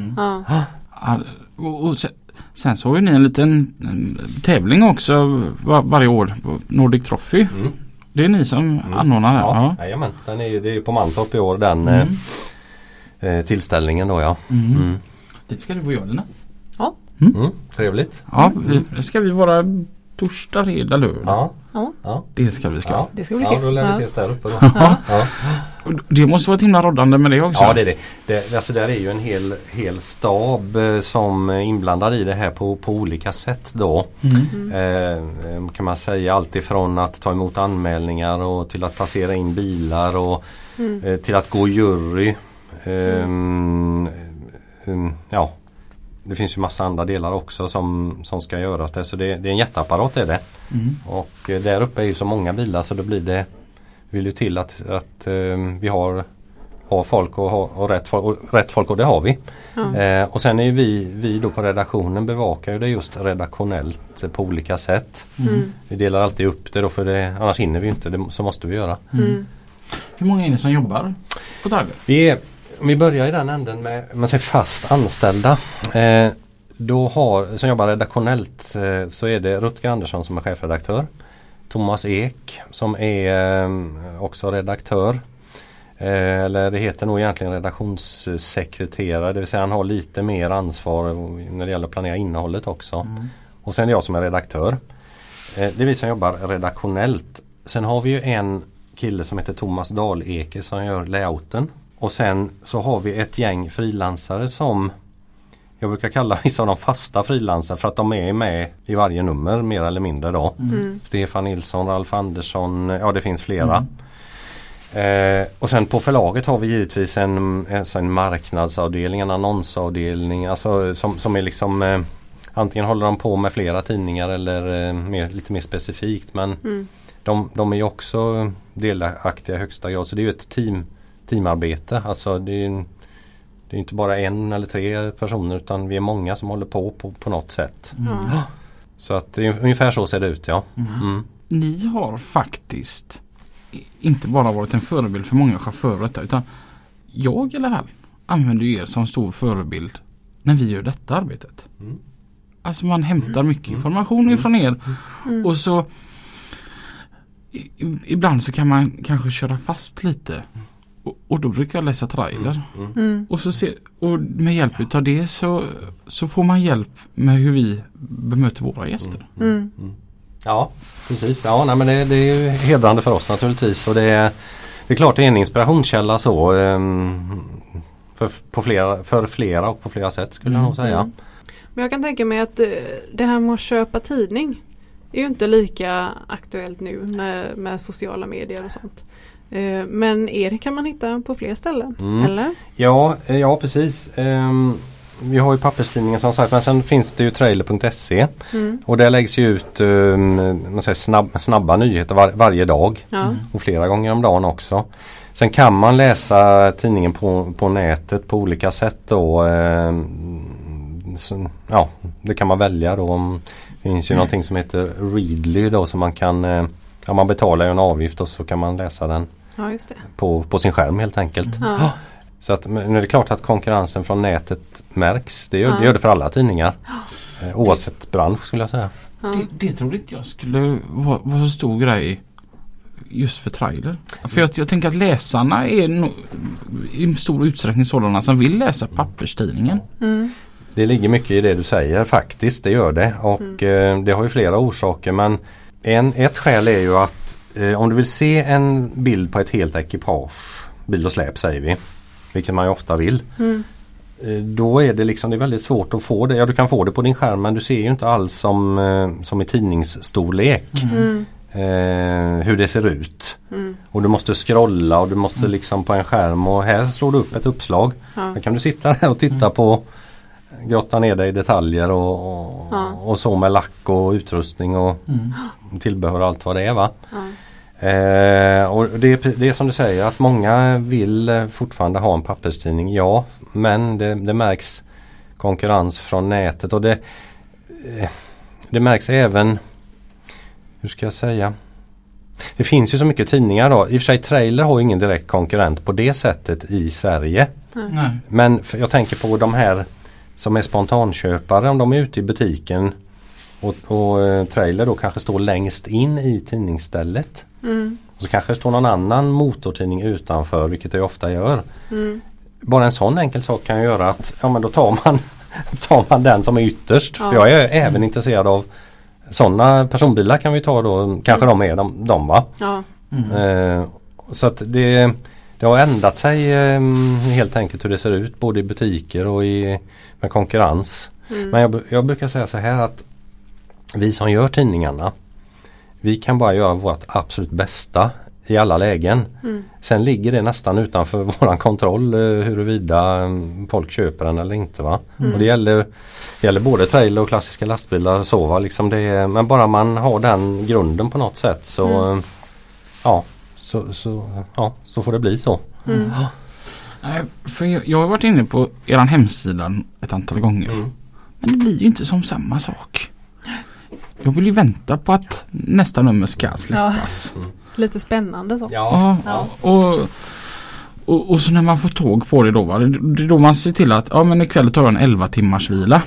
Och sen så har ju ni en liten tävling också varje år på Nordic Trophy. Det är ni som anordnar det. Jajamän, det är ju på Mantorp i år den tillställningen då Det ska du få göra den. Trevligt. Ja, det ska vi vara torsdag, fredag, lördag. Det ska vi ska. Det ska bli kul. Då lär vi ses där uppe då. Det måste vara ett himla roddande med det också. Ja, det är det. Alltså där är ju en hel stab som är inblandad i det här på olika sätt då. Kan man säga allt ifrån att ta emot anmälningar och till att placera in bilar och till att gå jury. Det finns ju massa andra delar också som ska göras där. Så det är en jätteapparat är det. Och där uppe är ju så många bilar så då blir det vill ju till att vi har folk och rätt folk och det har vi. Och sen är vi då på redaktionen bevakar ju det just redaktionellt på olika sätt. Vi delar alltid upp det då för det, annars hinner vi inte, så måste vi göra. Hur många är det som jobbar på Target? Vi börjar i den änden med man säger fast anställda. Som jobbar redaktionellt så är det Rutger Andersson som är chefredaktör. Thomas Ek som är också redaktör. Eller det heter nog egentligen redaktionssekreterare. Det vill säga han har lite mer ansvar när det gäller att planera innehållet också. Och sen är jag som är redaktör. Det är vi som jobbar redaktionellt. Sen har vi ju en kille som heter Thomas Dahleke som gör layouten. Och sen så har vi ett gäng frilansare som jag brukar kalla vissa av de fasta frilansare för att de är med i varje nummer mer eller mindre då. Stefan Nilsson, Ralf Andersson, ja det finns flera. Och sen på förlaget har vi givetvis en marknadsavdelning, en annonsavdelning alltså som är liksom antingen håller de på med flera tidningar eller lite mer specifikt men de är ju också delaktiga i högsta grad så det är ju ett teamarbete. Alltså det är inte bara en eller tre personer utan vi är många som håller på något sätt. Så att ungefär så ser det ut, ja. Ni har faktiskt inte bara varit en förebild för många chaufförer utan jag eller här använder er som stor förebild när vi gör detta arbetet. Alltså man hämtar mycket information ifrån er och så ibland så kan man kanske köra fast lite. Och då brukar jag läsa trailer. Och med hjälp av det så får man hjälp med hur vi bemöter våra gäster. Ja, precis. Ja, nej, men det är ju hedrande för oss naturligtvis. Och det är klart det är en inspirationskälla så för flera och på flera sätt skulle jag nog säga. Men jag kan tänka mig att det här med att köpa tidning är ju inte lika aktuellt nu med sociala medier och sånt. Men kan man hitta på fler ställen? Eller? Ja, precis. Vi har ju papperstidningen som sagt, men sen finns det ju trailer.se och där läggs ju ut snabba nyheter varje dag och flera gånger om dagen också. Sen kan man läsa tidningen på nätet på olika sätt då. Det kan man välja då. Det finns ju någonting som heter Readly då, så man kan man betalar ju en avgift och så kan man läsa den just det. På sin skärm helt enkelt. Så att, men är det klart att konkurrensen från nätet märks. Det gör det för alla tidningar. Oavsett bransch skulle jag säga. Det trodde inte jag skulle vara så stor grej just för trailer. För jag tänker att läsarna är i stor utsträckning sådana som vill läsa papperstidningen. Det ligger mycket i det du säger faktiskt, det gör det. Och det har ju flera orsaker, men ett skäl är ju att om du vill se en bild på ett helt ekipage, bil och släp säger vi, vilket man ju ofta vill. Då är det det är väldigt svårt att få det. Ja, du kan få det på din skärm, men du ser ju inte alls som i tidningsstorlek hur det ser ut. Och du måste scrolla och du måste på en skärm, och här slår du upp ett uppslag. Då kan du sitta här och titta på, grotta ner dig i detaljer och så med lack och utrustning och tillbehör och allt vad det är, va? Och det är som du säger att många vill fortfarande ha en papperstidning, men det märks konkurrens från nätet, och det märks även, hur ska jag säga, det finns ju så mycket tidningar då. I och för sig trailer har ingen direkt konkurrent på det sättet i Sverige. Men jag tänker på de här som är spontanköpare, om de är ute i butiken och trailer då kanske står längst in i tidningsstället. Så kanske det står någon annan motortidning utanför, vilket det ofta gör. Bara en sån enkel sak kan göra att men då tar man den som är ytterst. För jag är även intresserad av sådana personbilar, kan vi ta då, kanske de är de, va? Så att det har ändrat sig helt enkelt hur det ser ut både i butiker och med konkurrens. Men jag brukar säga så här att vi som gör tidningarna, vi kan bara göra vårt absolut bästa i alla lägen. Sen ligger det nästan utanför våran kontroll huruvida folk köper den eller inte, va? Och det gäller både trailer och klassiska lastbilar och så, va? Men bara man har den grunden på något sätt så så får det bli så. För jag har varit inne på eran hemsida ett antal gånger. Men det blir ju inte som samma sak. Jag vill ju vänta på att nästa nummer ska släppas. Lite spännande så. Och så när man får tåg på det då, va? Det är då man ser till att men ikväll tar jag en 11 timmars vila.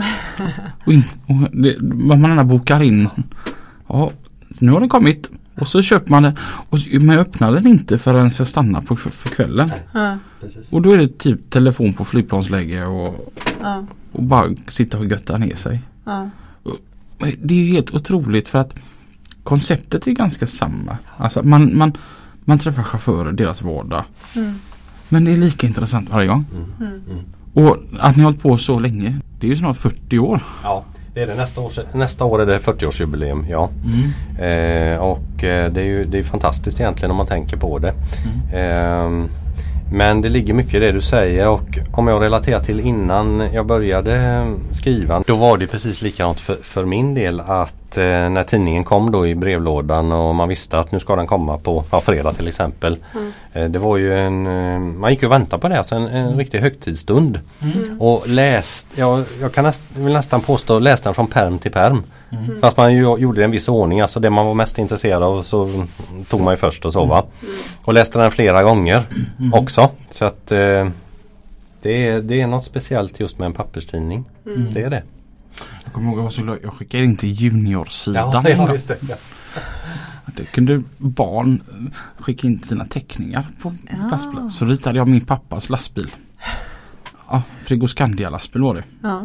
och man bokar in. Nu har den kommit. Och så köper man den. Och man öppnar den inte förrän jag stannar för kvällen. Och då är det typ telefon på flygplansläge och bara sitta och götta ner sig. Det är ju helt otroligt, för att konceptet är ganska samma. Alltså man träffar chaufförer, deras vardag. Men det är lika intressant varje gång. Och att ni har hållit på så länge, det är ju snart 40 år. Ja, det är det nästa år är det 40-årsjubileum, ja. Och det är fantastiskt egentligen om man tänker på det. Men det ligger mycket i det du säger, och om jag relaterar till innan jag började skriva, då var det precis likadant för min del, att när tidningen kom då i brevlådan och man visste att nu ska den komma på fredag till exempel. Det var ju man gick och väntade på det, alltså en riktig högtidsstund. Och jag vill nästan påstå läste den från perm till perm. Fast man gjorde en viss ordning, alltså det man var mest intresserad av så tog man ju först och så, va. Och läste den flera gånger också. Så att det är något speciellt just med en papperstidning. Det är det. Jag kommer ihåg jag skickade in till juniorsidan. Ja, just det. Ja. Det kunde barn skicka in sina teckningar på lastbil. Så ritade jag min pappas lastbil. Frigoscandia lastbil var det.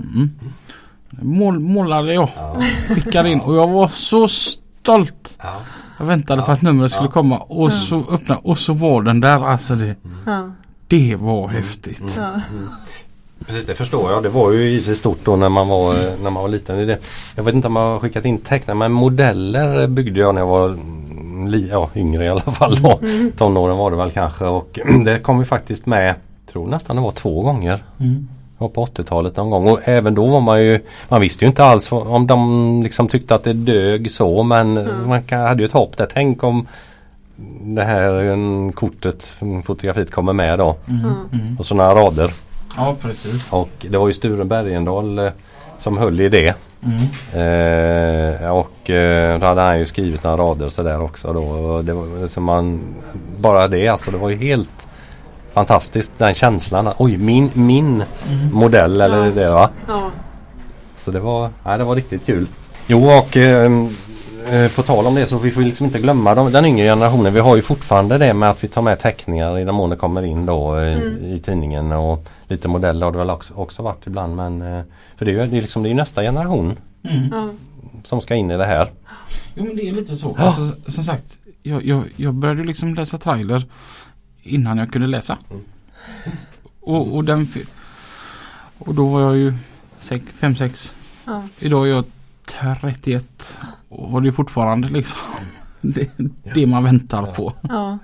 Målade jag. Skickade in och jag var så stolt. Jag väntade på att numret skulle komma och så öppnade och så var den där. Alltså det var häftigt. Precis, det förstår jag. Det var ju givetvis stort då när man var liten. Jag vet inte om jag har skickat in teckningar, men modeller byggde jag när jag var yngre i alla fall då. Tonåren var det väl kanske, och det kom ju faktiskt med, tror nästan det var 2 gånger. På 80-talet någon gång, och även då var man visste ju inte alls om de liksom tyckte att det dög så, men man hade ju ett hopp där, tänk om det här kortet, fotografiet kommer med då och sådana rader. Ja, precis. Och det var ju Sture Bergendahl som höll i det. Och då hade han ju skrivit några rader så där också då. Och det var som bara det, alltså det var ju helt fantastiskt, den känslan. Oj, min modell eller det va? Ja. Så det var riktigt kul. Jo, och på tal om det, så vi får liksom inte glömma den yngre generationen. Vi har ju fortfarande det med att vi tar med teckningar i den mån det kommer in då i tidningen, och lite modeller har det väl också varit ibland, men för det är ju nästa generation som ska in i det här. Jo, men det är lite så. Alltså, som sagt, jag började liksom läsa trailer innan jag kunde läsa. Och då var jag ju 5-6. Idag är jag 31 och det är fortfarande liksom det man väntar på. Ja.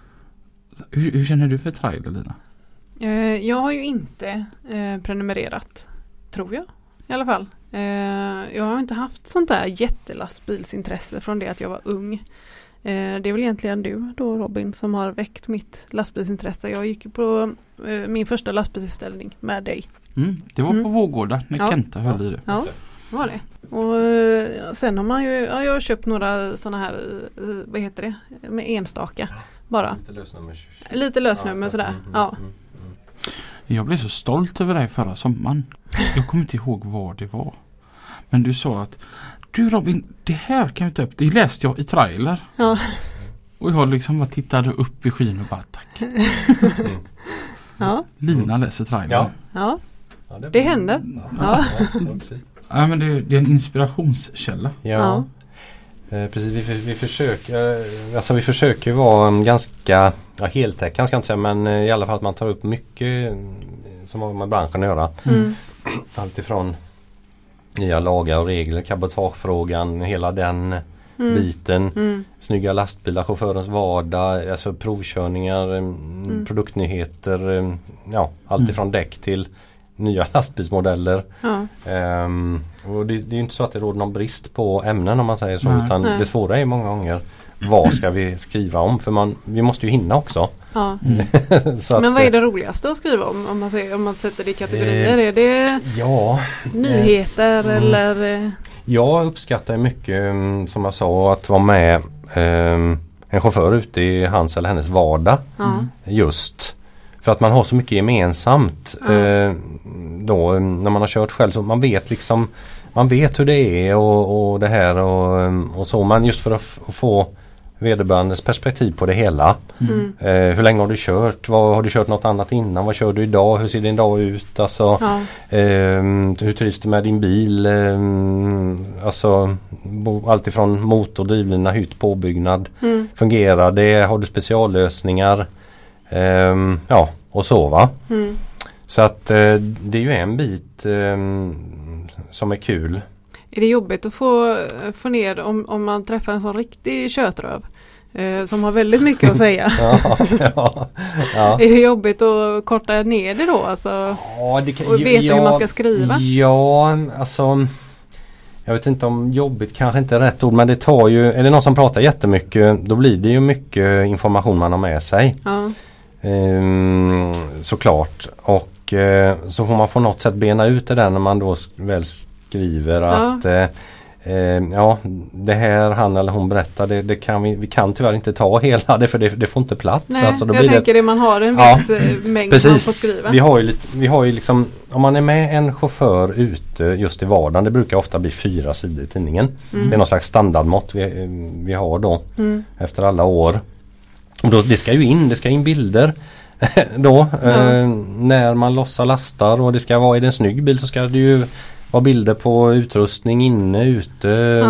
Hur känner du för trailer, Lina? Jag har ju inte prenumererat, tror jag i alla fall. Jag har inte haft sånt där jättelastbilsintresse från det att jag var ung. Det är väl egentligen du då, Robin, som har väckt mitt lastbilsintresse. Jag gick på min första lastbilsutställning med dig. Det var på Vårgårda när Kenta höll i det. Ja, det var det. Och sen har jag har köpt några såna här, vad heter det, med enstaka bara. Lite lösnummer sådär. Ja. Jag blev så stolt över dig förra sommaren. Jag kommer inte ihåg vad det var. Men du sa att du Robin, det här kan vi ta upp. Det läste jag i trailer. Ja. Och jag liksom bara tittade upp i skyn och bara tack. Ja. Lina läser trailer. Ja. Det händer. Ja. Ja, men det är en inspirationskälla. Ja. Precis, vi försöker vara ganska heltäckande, ska jag inte säga, men i alla fall att man tar upp mycket som har med branschen att göra. Allt ifrån nya lagar och regler, kabotagefrågan, hela den biten, snygga lastbilar, chaufförens vardag, alltså provkörningar, produktnyheter, allt ifrån däck till nya lastbilsmodeller. Och det är ju inte så att det råder någon brist på ämnen om man säger så, utan det svåra är många gånger vad ska vi skriva om, för vi måste ju hinna också. Ja. Så men vad är det roligaste att skriva om man sätter det i kategorier? Är det nyheter eller? Jag uppskattar mycket, som jag sa, att vara med en chaufför ute i hans eller hennes vardag. Just för att man har så mycket gemensamt då när man har kört själv, så man vet hur det är och det här och så, men just för att få vederbörandes perspektiv på det hela. Hur länge har du kört? Har du kört något annat innan? Vad kör du idag? Hur ser din dag ut? Alltså, hur trivs du med din bil? Alltså, allt ifrån motor, drivlina, hytt, påbyggnad. Fungerar det? Har du speciallösningar? Och så va? Så att det är ju en bit som är kul. Är det jobbigt att få ner om man träffar en sån riktig kötröv som har väldigt mycket att säga? Är det jobbigt att korta ner det då? Alltså, och veta hur man ska skriva? Ja, alltså jag vet inte om jobbigt kanske inte är rätt ord, men det tar ju, är det någon som pratar jättemycket, då blir det ju mycket information man har med sig. Såklart. Och så får man på något sätt bena ut det där när man då väl skriver att det här han eller hon berättar, det kan vi kan tyvärr inte ta hela det, för det får inte plats. Nej, alltså, då jag blir tänker det man har en viss mängd man får skriva. Vi har ju liksom, om man är med en chaufför ute just i vardagen, det brukar ofta bli 4 sidor i tidningen. Det är någon slags standardmått vi har då efter alla år. Och då, det ska in bilder då när man lossar lastar, och det ska vara i en snygg bil, så ska det ju vara bilder på utrustning inne, ute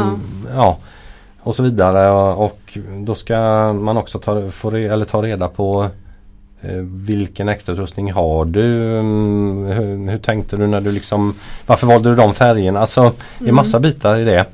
och så vidare, och då ska man också ta reda på Vilken extrautrustning har du? Hur tänkte du när du liksom, varför valde du de färgerna? Alltså det är massa bitar i det.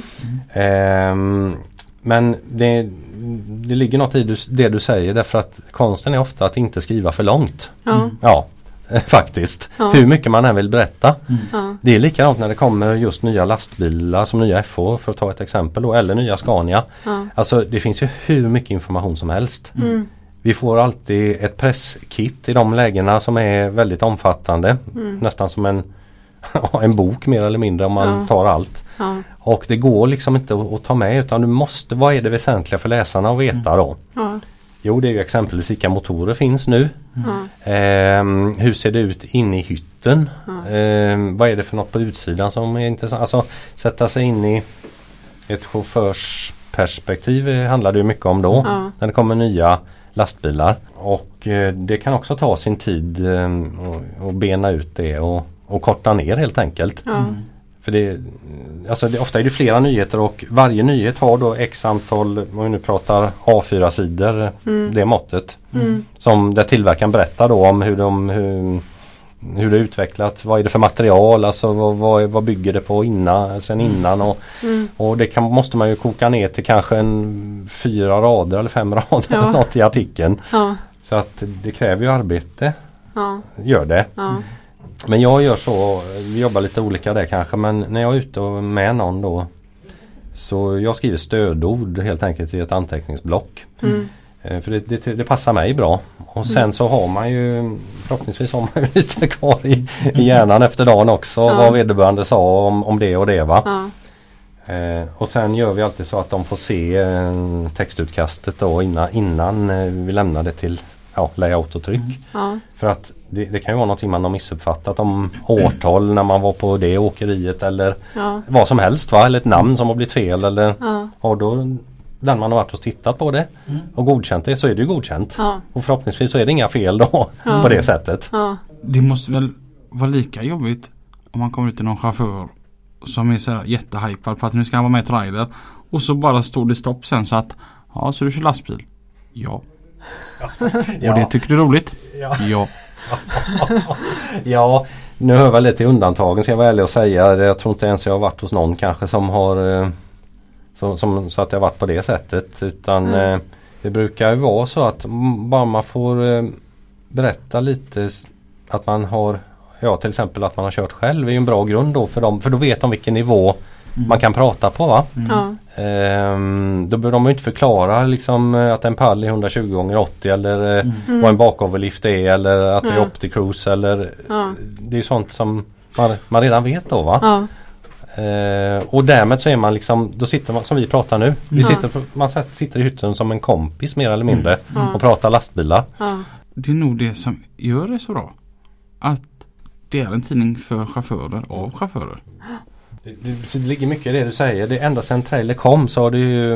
Men det ligger något i det du säger, därför att konsten är ofta att inte skriva för långt. Ja, faktiskt. Hur mycket man än vill berätta. Det är likadant när det kommer just nya lastbilar som nya FH, för att ta ett exempel då, eller nya Scania. Alltså det finns ju hur mycket information som helst. Vi får alltid ett presskit i de lägena som är väldigt omfattande. Nästan som en bok mer eller mindre om man tar allt. Och det går liksom inte att ta med, utan du måste, vad är det väsentliga för läsarna att veta då? Jo, det är ju exempelvis vilka motorer finns nu. Hur ser det ut inne i hytten? Vad är det för något på utsidan som är intressant? Alltså sätta sig in i ett chaufförsperspektiv handlar det ju mycket om då. När det kommer nya lastbilar. Och det kan också ta sin tid att bena ut det och korta ner helt enkelt. För ofta är det flera nyheter, och varje nyhet har då x antal, om vi nu pratar A4-sidor, det måttet. Som där tillverkaren berättar då om hur det är utvecklat, vad är det för material, alltså vad bygger det på innan och det måste man ju koka ner till kanske 4 rader eller 5 rader eller något i artikeln. Så att det kräver ju arbete. Gör det. Men jag gör så, vi jobbar lite olika där kanske, men när jag är ute med någon då, så jag skriver stödord helt enkelt i ett anteckningsblock. För det passar mig bra. Och sen så har man ju, förhoppningsvis har man ju lite kvar i hjärnan efter dagen också, vad vederbörande sa om det och det, va. Och sen gör vi alltid så att de får se textutkastet då innan vi lämnar det till layout och tryck. För att det kan ju vara någonting man har missuppfattat om årtal när man var på det åkeriet eller vad som helst, va? Eller ett namn som har blivit fel eller och då den man har varit och tittat på det och godkänt det, så är det ju godkänt. Och förhoppningsvis så är det inga fel då på det sättet. Det måste väl vara lika jobbigt om man kommer ut till någon chaufför som är så här jättehypad på att nu ska han vara med i trailer, och så bara står det stopp sen, så att så du kör lastbil? Ja. Och det tycker du är roligt? Ja. Ja, nu hör jag väl lite till undantagen, ska jag vara ärlig och säga. Jag tror inte ens jag har varit hos någon kanske som har så att jag har varit på det sättet, utan det brukar ju vara så att bara man får berätta lite att man har, till exempel att man har kört själv är ju en bra grund då för dem, för då vet de vilken nivå man kan prata på, va? Då behöver de ju inte förklara liksom att en pall är 120x80 eller vad en bakoverlift är, eller att det är Opticruise eller det är sånt som man redan vet då, va? Och därmed så är man liksom, då sitter man som vi pratar nu. Man sitter i hytten som en kompis mer eller mindre och pratar lastbilar. Det är nog det som gör det så bra, att det är en tidning för chaufförer av chaufförer. Det ligger mycket i det du säger. Det ända sedan trailer kom så har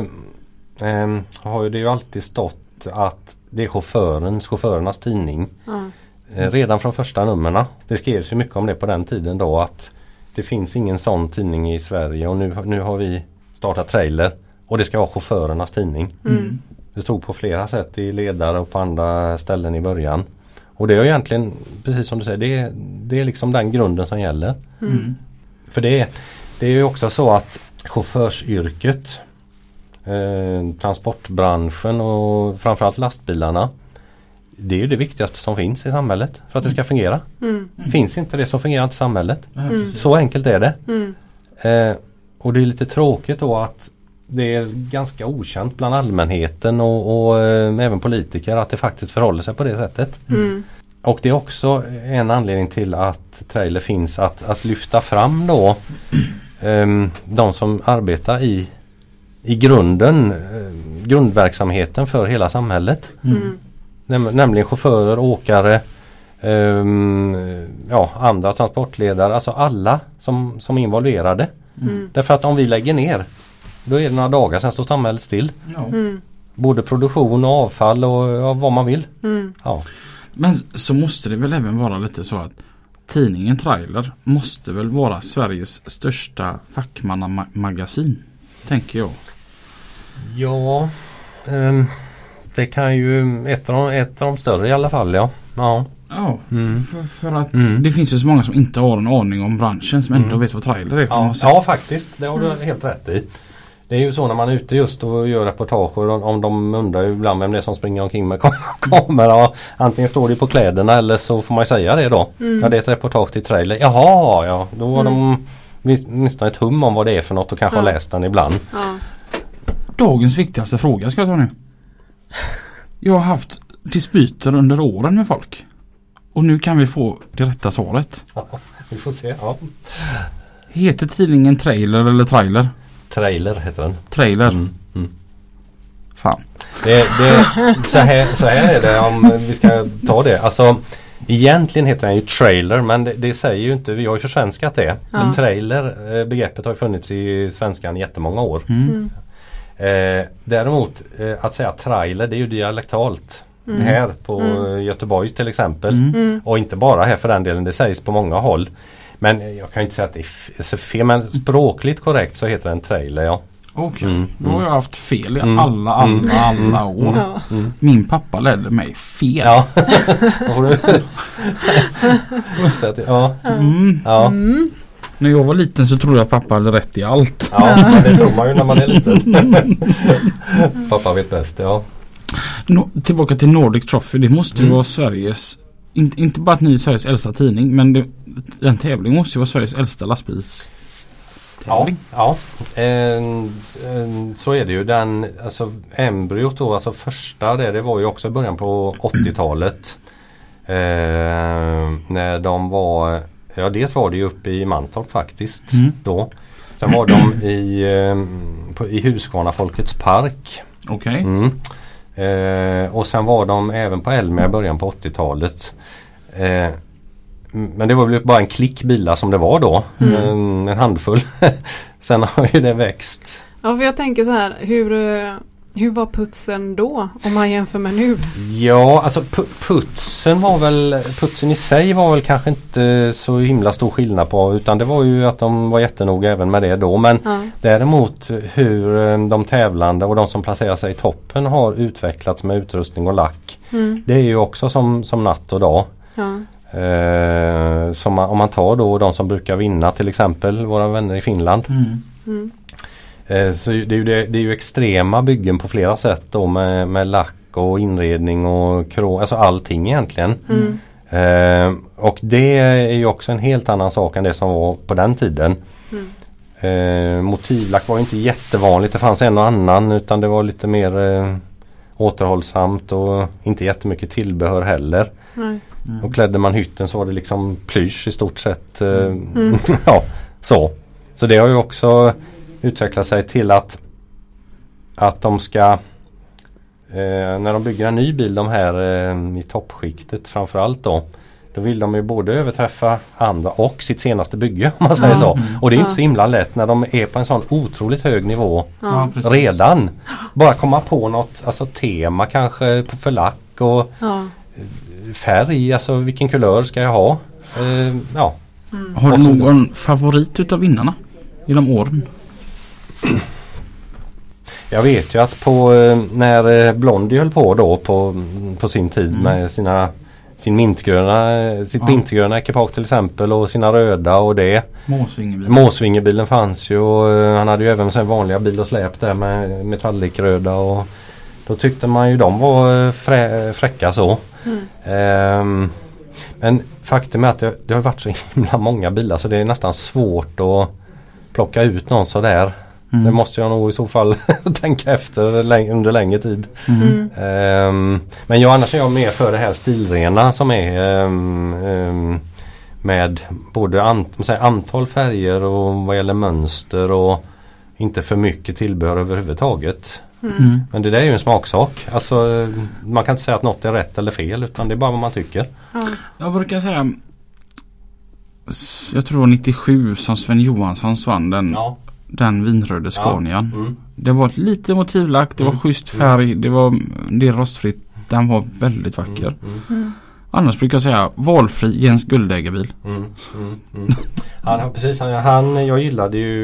det ju alltid stått att det är chaufförernas tidning. Redan från första nummerna. Det skrevs ju mycket om det på den tiden då, att det finns ingen sån tidning i Sverige, och nu har vi startat trailer och det ska vara chaufförernas tidning. Det stod på flera sätt i ledare och på andra ställen i början. Och det är egentligen, precis som du säger, det är liksom den grunden som gäller. För det är ju också så att chaufförsyrket, transportbranschen och framförallt lastbilarna, det är ju det viktigaste som finns i samhället för att det ska fungera. Finns inte det så fungerar inte samhället. Så enkelt är det. Och det är lite tråkigt då att det är ganska okänt bland allmänheten och även politiker att det faktiskt förhåller sig på det sättet. Och det är också en anledning till att trailer finns, att lyfta fram då de som arbetar i grundverksamheten för hela samhället. Nämligen chaufförer, åkare, andra transportledare, alltså alla som är involverade. Därför att om vi lägger ner, då är det några dagar sen står samhället still. Både produktion och avfall och vad man vill. Men så måste det väl även vara lite så att tidningen Trailer måste väl vara Sveriges största fackmannamagasin, tänker jag. Ja, det kan ju ett av de större i alla fall, ja. Ja, för att det finns ju så många som inte har en aning om branschen som ändå vet vad trailer är. Ja, faktiskt. Det har du helt rätt i. Det är ju så när man är ute just och gör reportage, om de undrar ibland vem det är som springer omkring med kamera. Antingen står det på kläderna eller så får man säga det då. Ja, det är ett reportage till trailer. Jaha, ja. Då har de minst ett hum om vad det är för något och kanske har läst den ibland. Ja. Dagens viktigaste fråga ska jag ta nu. Jag har haft dispyter under åren med folk. Och nu kan vi få det rätta svaret. Ja, vi får se. Ja. Heter tidningen trailer eller trailer? Trailer heter den. Trailer. Fan. Så här är det om vi ska ta det. Alltså egentligen heter den ju trailer, men det säger ju inte, vi har ju försvenskat det. Men trailer, begreppet har ju funnits i svenskan i jättemånga år. Däremot att säga trailer, det är ju dialektalt. Här på Göteborg till exempel. Och inte bara här för den delen, det sägs på många håll. Men jag kan ju inte säga att det är så fel, men språkligt korrekt så heter det en trailer, ja. Okej, då har jag haft fel i alla år. Min pappa ledde mig fel. Ja. Så att, När jag var liten så trodde jag att pappa hade rätt i allt. Ja, men det tror man ju när man är liten. Pappa vet bäst, ja. Tillbaka till Nordic Trophy, det måste ju vara Sveriges, inte bara att ni är Sveriges äldsta tidning, men den tävling måste ju vara Sveriges äldsta lastbils. Ja. Så är det ju. Den, alltså embryot då, alltså första det var ju också i början på 80-talet. När de var, dels var det ju uppe i Mantorp faktiskt då. Sen var de i Huskvarna Folkets park. Okej. Och sen var de även på Elmia i början på 80-talet. Men det var väl bara en klick bilar som det var då. En handfull. Sen har ju det växt. Ja, för jag tänker så här, hur var putsen då om man jämför med nu? Ja, alltså putsen i sig var väl kanske inte så himla stor skillnad på, utan det var ju att de var jättenoga även med det då. Men däremot hur de tävlande och de som placerar sig i toppen har utvecklats med utrustning och lack. Det är ju också som natt och dag. Ja. Om man tar då de som brukar vinna, till exempel våra vänner i Finland. Så det är ju extrema byggen på flera sätt då, med lack och inredning och krom, alltså allting egentligen. Och det är ju också en helt annan sak än det som var på den tiden. Motivlack var ju inte jättevanligt, det fanns en och annan, utan det var lite mer återhållsamt och inte jättemycket tillbehör heller. Och klädde man hytten så var det liksom plysch i stort sett. Ja, så det har ju också utvecklat sig till att de ska när de bygger en ny bil, de här i toppskiktet framförallt då vill de ju både överträffa andra och sitt senaste bygge, om man säger så. Och det är inte så himla lätt när de är på en sån otroligt hög nivå redan. Bara komma på något, alltså tema kanske för lack och färg, alltså vilken kulör ska jag ha? Har du någon favorit utav vinnarna genom åren? Jag vet ju att när Blondie höll på då på sin tid med sitt mintgröna ekipage till exempel, och sina röda och det. Måsvingebilen fanns ju, och han hade ju även sen vanliga bil och släp där med metallikröda, och då tyckte man ju de var fräcka så. Men faktum är att det har varit så himla många bilar så det är nästan svårt att plocka ut någon så där. Det måste jag nog i så fall tänka efter under längre tid. Men annars är jag mer för det här stilrena som är med både antal färger och vad gäller mönster och inte för mycket tillbehör överhuvudtaget. Men det där är ju en smaksak. Alltså, man kan inte säga att något är rätt eller fel, utan det är bara vad man tycker. Jag brukar säga, jag tror 97 som Sven Johansson vann den vinröda Scanian. Det var lite motivlack, det var schysst färg, det är rostfritt, den var väldigt vacker. Annars brukar jag säga valfri Jens Guldägerbil. Precis, jag har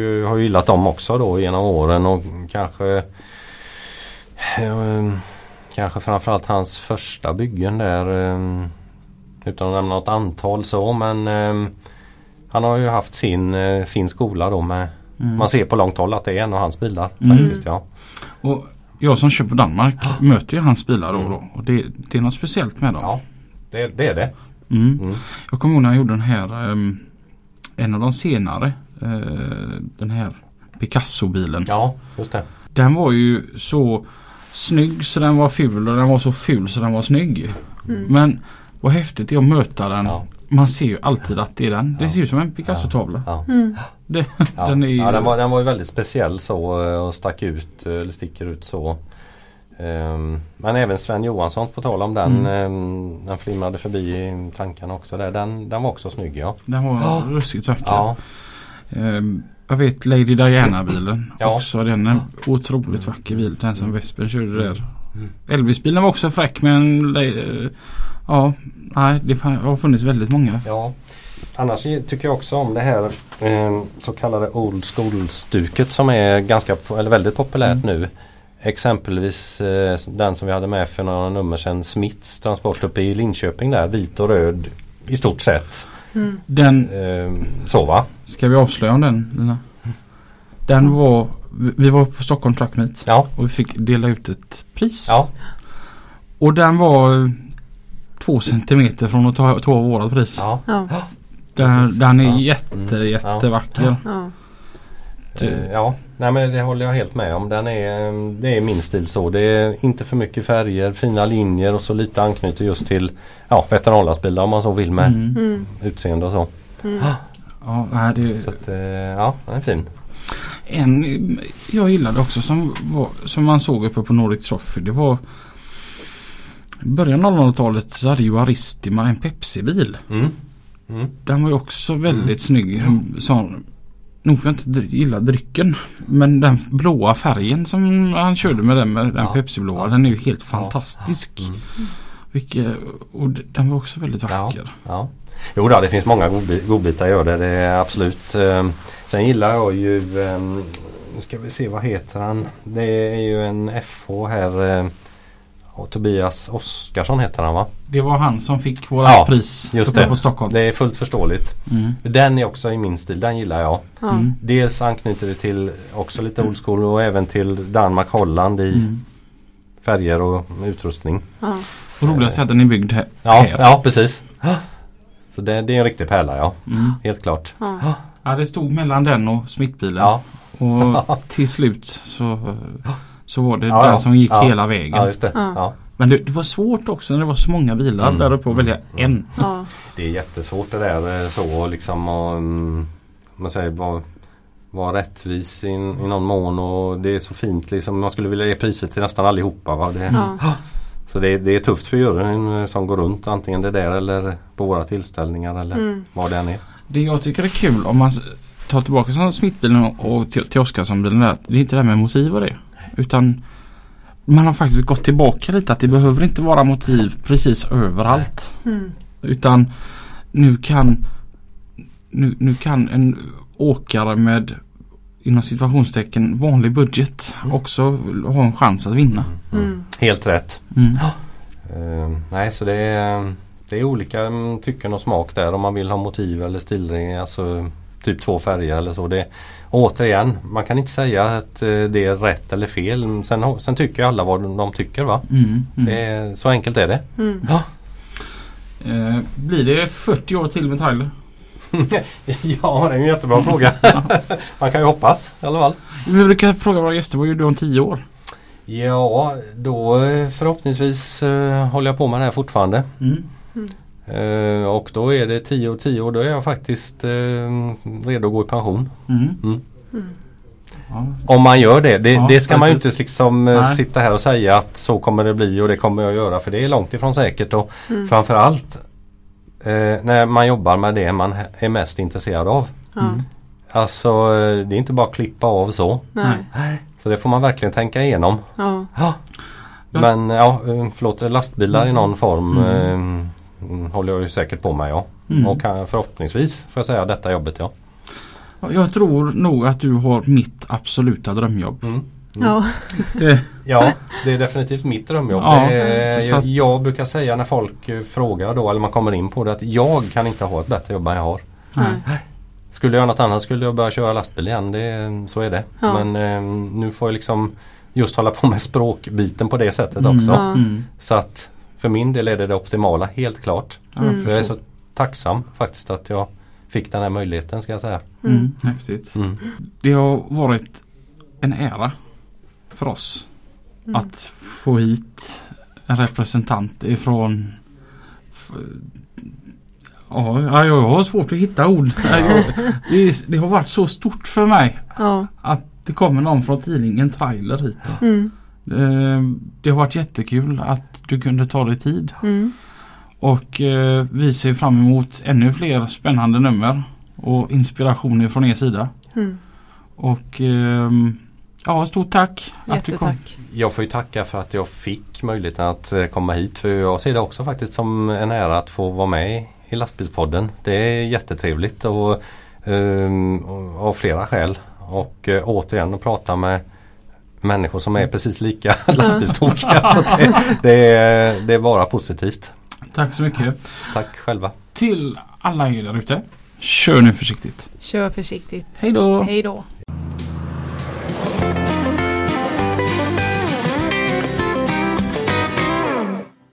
gillat dem också då genom åren, och kanske kanske framförallt hans första byggen där, utan att nämna något antal så, men han har ju haft sin skola då med, man ser på långt håll att det är en av hans bilar faktiskt, ja. Och jag som kör på Danmark möter ju hans bilar då och det är något speciellt med dem. Ja, det är det. Jag kommer ihåg när jag gjorde den här, en av de senare, den här Picasso-bilen. Ja, just det. Den var ju så snygg så den var ful och den var så ful så den var snygg. Men vad häftigt är att möta den. Ja. Man ser ju alltid att det är den. Det ser ut som en Picasso-tavla. Ja. Den var ju väldigt speciell så och sticker ut så. Men även Sven Johansson, på tal om den flimrade förbi i tankarna också där. Den var också snygg, ja. Den var ruskigt vacker. Ja. Jag vet Lady Diana-bilen också. Den är en otroligt vacker bil. Den som Vesper körde där. Elvis-bilen var också fräck, men det har funnits väldigt många. Ja. Annars tycker jag också om det här så kallade old school-stuket som är väldigt populärt nu. Exempelvis den som vi hade med för några nummer sedan, Smiths transport uppe i Linköping där, vit och röd i stort sett. Den så va? Ska vi avslöja om den, Lina? Den var, vi var på Stockholm Truck Meet och vi fick dela ut ett pris. Ja. Och den var 2 centimeter från att ta vårat pris. Ja. Den är jättevacker. Ja. Nej, men det håller jag helt med om. Det är min stil så. Det är inte för mycket färger, fina linjer och så lite anknyter just till veteranlastbilar om man så vill med utseende och så. Ja, så att, den är fin. En jag gillade också som man såg uppe på Nordic Trophy, det var i början av 00-talet så hade ju Aristima en Pepsi-bil. Den var ju också väldigt snygg. Nog för jag inte gillar drycken, men den blåa färgen som han körde med den Pepsi-blåa, den är ju helt fantastisk. Och den var också väldigt vacker. Ja. Jo då, det finns många godbitar gör det är absolut. Sen gillar jag ju, nu ska vi se, vad heter han? Det är ju en FH här, och Tobias Oskarsson heter han, va? Det var han som fick våra pris just det. På Stockholm. Det är fullt förståeligt. Den är också i min stil, den gillar jag. Dels anknyter det till också lite old school och även till Danmark, Holland i färger och utrustning. Och roligt att den är byggd här. Ja, precis. Så det är en riktig pärla, helt klart. Ja, det stod mellan den och Smithbilen. Och till slut så var det den som gick hela vägen. Ja, just det. Ja. Men det var svårt också när det var så många bilar där uppe att välja en. Det är jättesvårt det där så liksom, och man säger vara rättvis i någon mån, och det är så fint liksom, man skulle vilja ge priset till nästan allihopa, va? Så det är tufft för juryn som går runt, antingen det där eller på våra tillställningar eller vad det än är. Det jag tycker är kul om man tar tillbaka sådana Smithbilen och till Oskarsson-bilen, det är inte det med motiv och det, utan man har faktiskt gått tillbaka lite, att det behöver inte vara motiv precis överallt. Utan nu kan en åkare med inom situationstecken vanlig budget också ha en chans att vinna. Helt rätt. Nej, så det är olika tycken och smak där, om man vill ha motiv eller stilring, alltså typ 2 färger eller så. Återigen, man kan inte säga att det är rätt eller fel. Sen tycker alla vad de tycker, va? Så enkelt är det. Blir det 40 år till med trailer? Ja, det är en jättebra fråga. Man kan ju hoppas i alla fall. Vi brukar fråga våra gäster, vad gör du om 10 år? Ja, då förhoppningsvis håller jag på med det här fortfarande. Och då är det 10 år, då är jag faktiskt redo att gå i pension. Om man gör det. Det ska man ju inte liksom sitta här och säga att så kommer det bli och det kommer jag göra, för det är långt ifrån säkert, och framförallt när man jobbar med det man är mest intresserad av. Alltså det är inte bara att klippa av så. Så det får man verkligen tänka igenom. Men lastbilar i någon form håller jag ju säkert på med, och förhoppningsvis får jag säga detta jobbet, Jag tror nog att du har mitt absoluta drömjobb. Ja. Ja, det är definitivt mitt drömjobb. Ja, jag brukar säga när folk frågar då, eller man kommer in på det, att jag kan inte ha ett bättre jobb än jag har. Nej. Skulle jag göra något annat skulle jag börja köra lastbil igen, så är det. Ja. Men nu får jag liksom just hålla på med språkbiten på det sättet också. Ja. Så att för min del är det optimala, helt klart. För jag är så tacksam faktiskt att jag fick den här möjligheten, ska jag säga. Häftigt. Det har varit en ära för oss att få hit en representant ifrån jag har svårt att hitta ord. Det har varit så stort för mig att det kommer någon från tidningen Trailer hit. Det har varit jättekul att du kunde ta dig tid. Och vi ser fram emot ännu fler spännande nummer och inspirationer från er sida. Och stort tack att du kom. Jag får ju tacka för att jag fick möjligheten att komma hit, för jag ser det också faktiskt som en ära att få vara med i Lastbilspodden. Det är jättetrevligt och av flera skäl. Och återigen att prata med människor som är precis lika lastbilstokiga. Så det är bara positivt. Tack så mycket. Tack själva. Till alla er där ute, kör nu försiktigt. Kör försiktigt. Hej då. Hej då.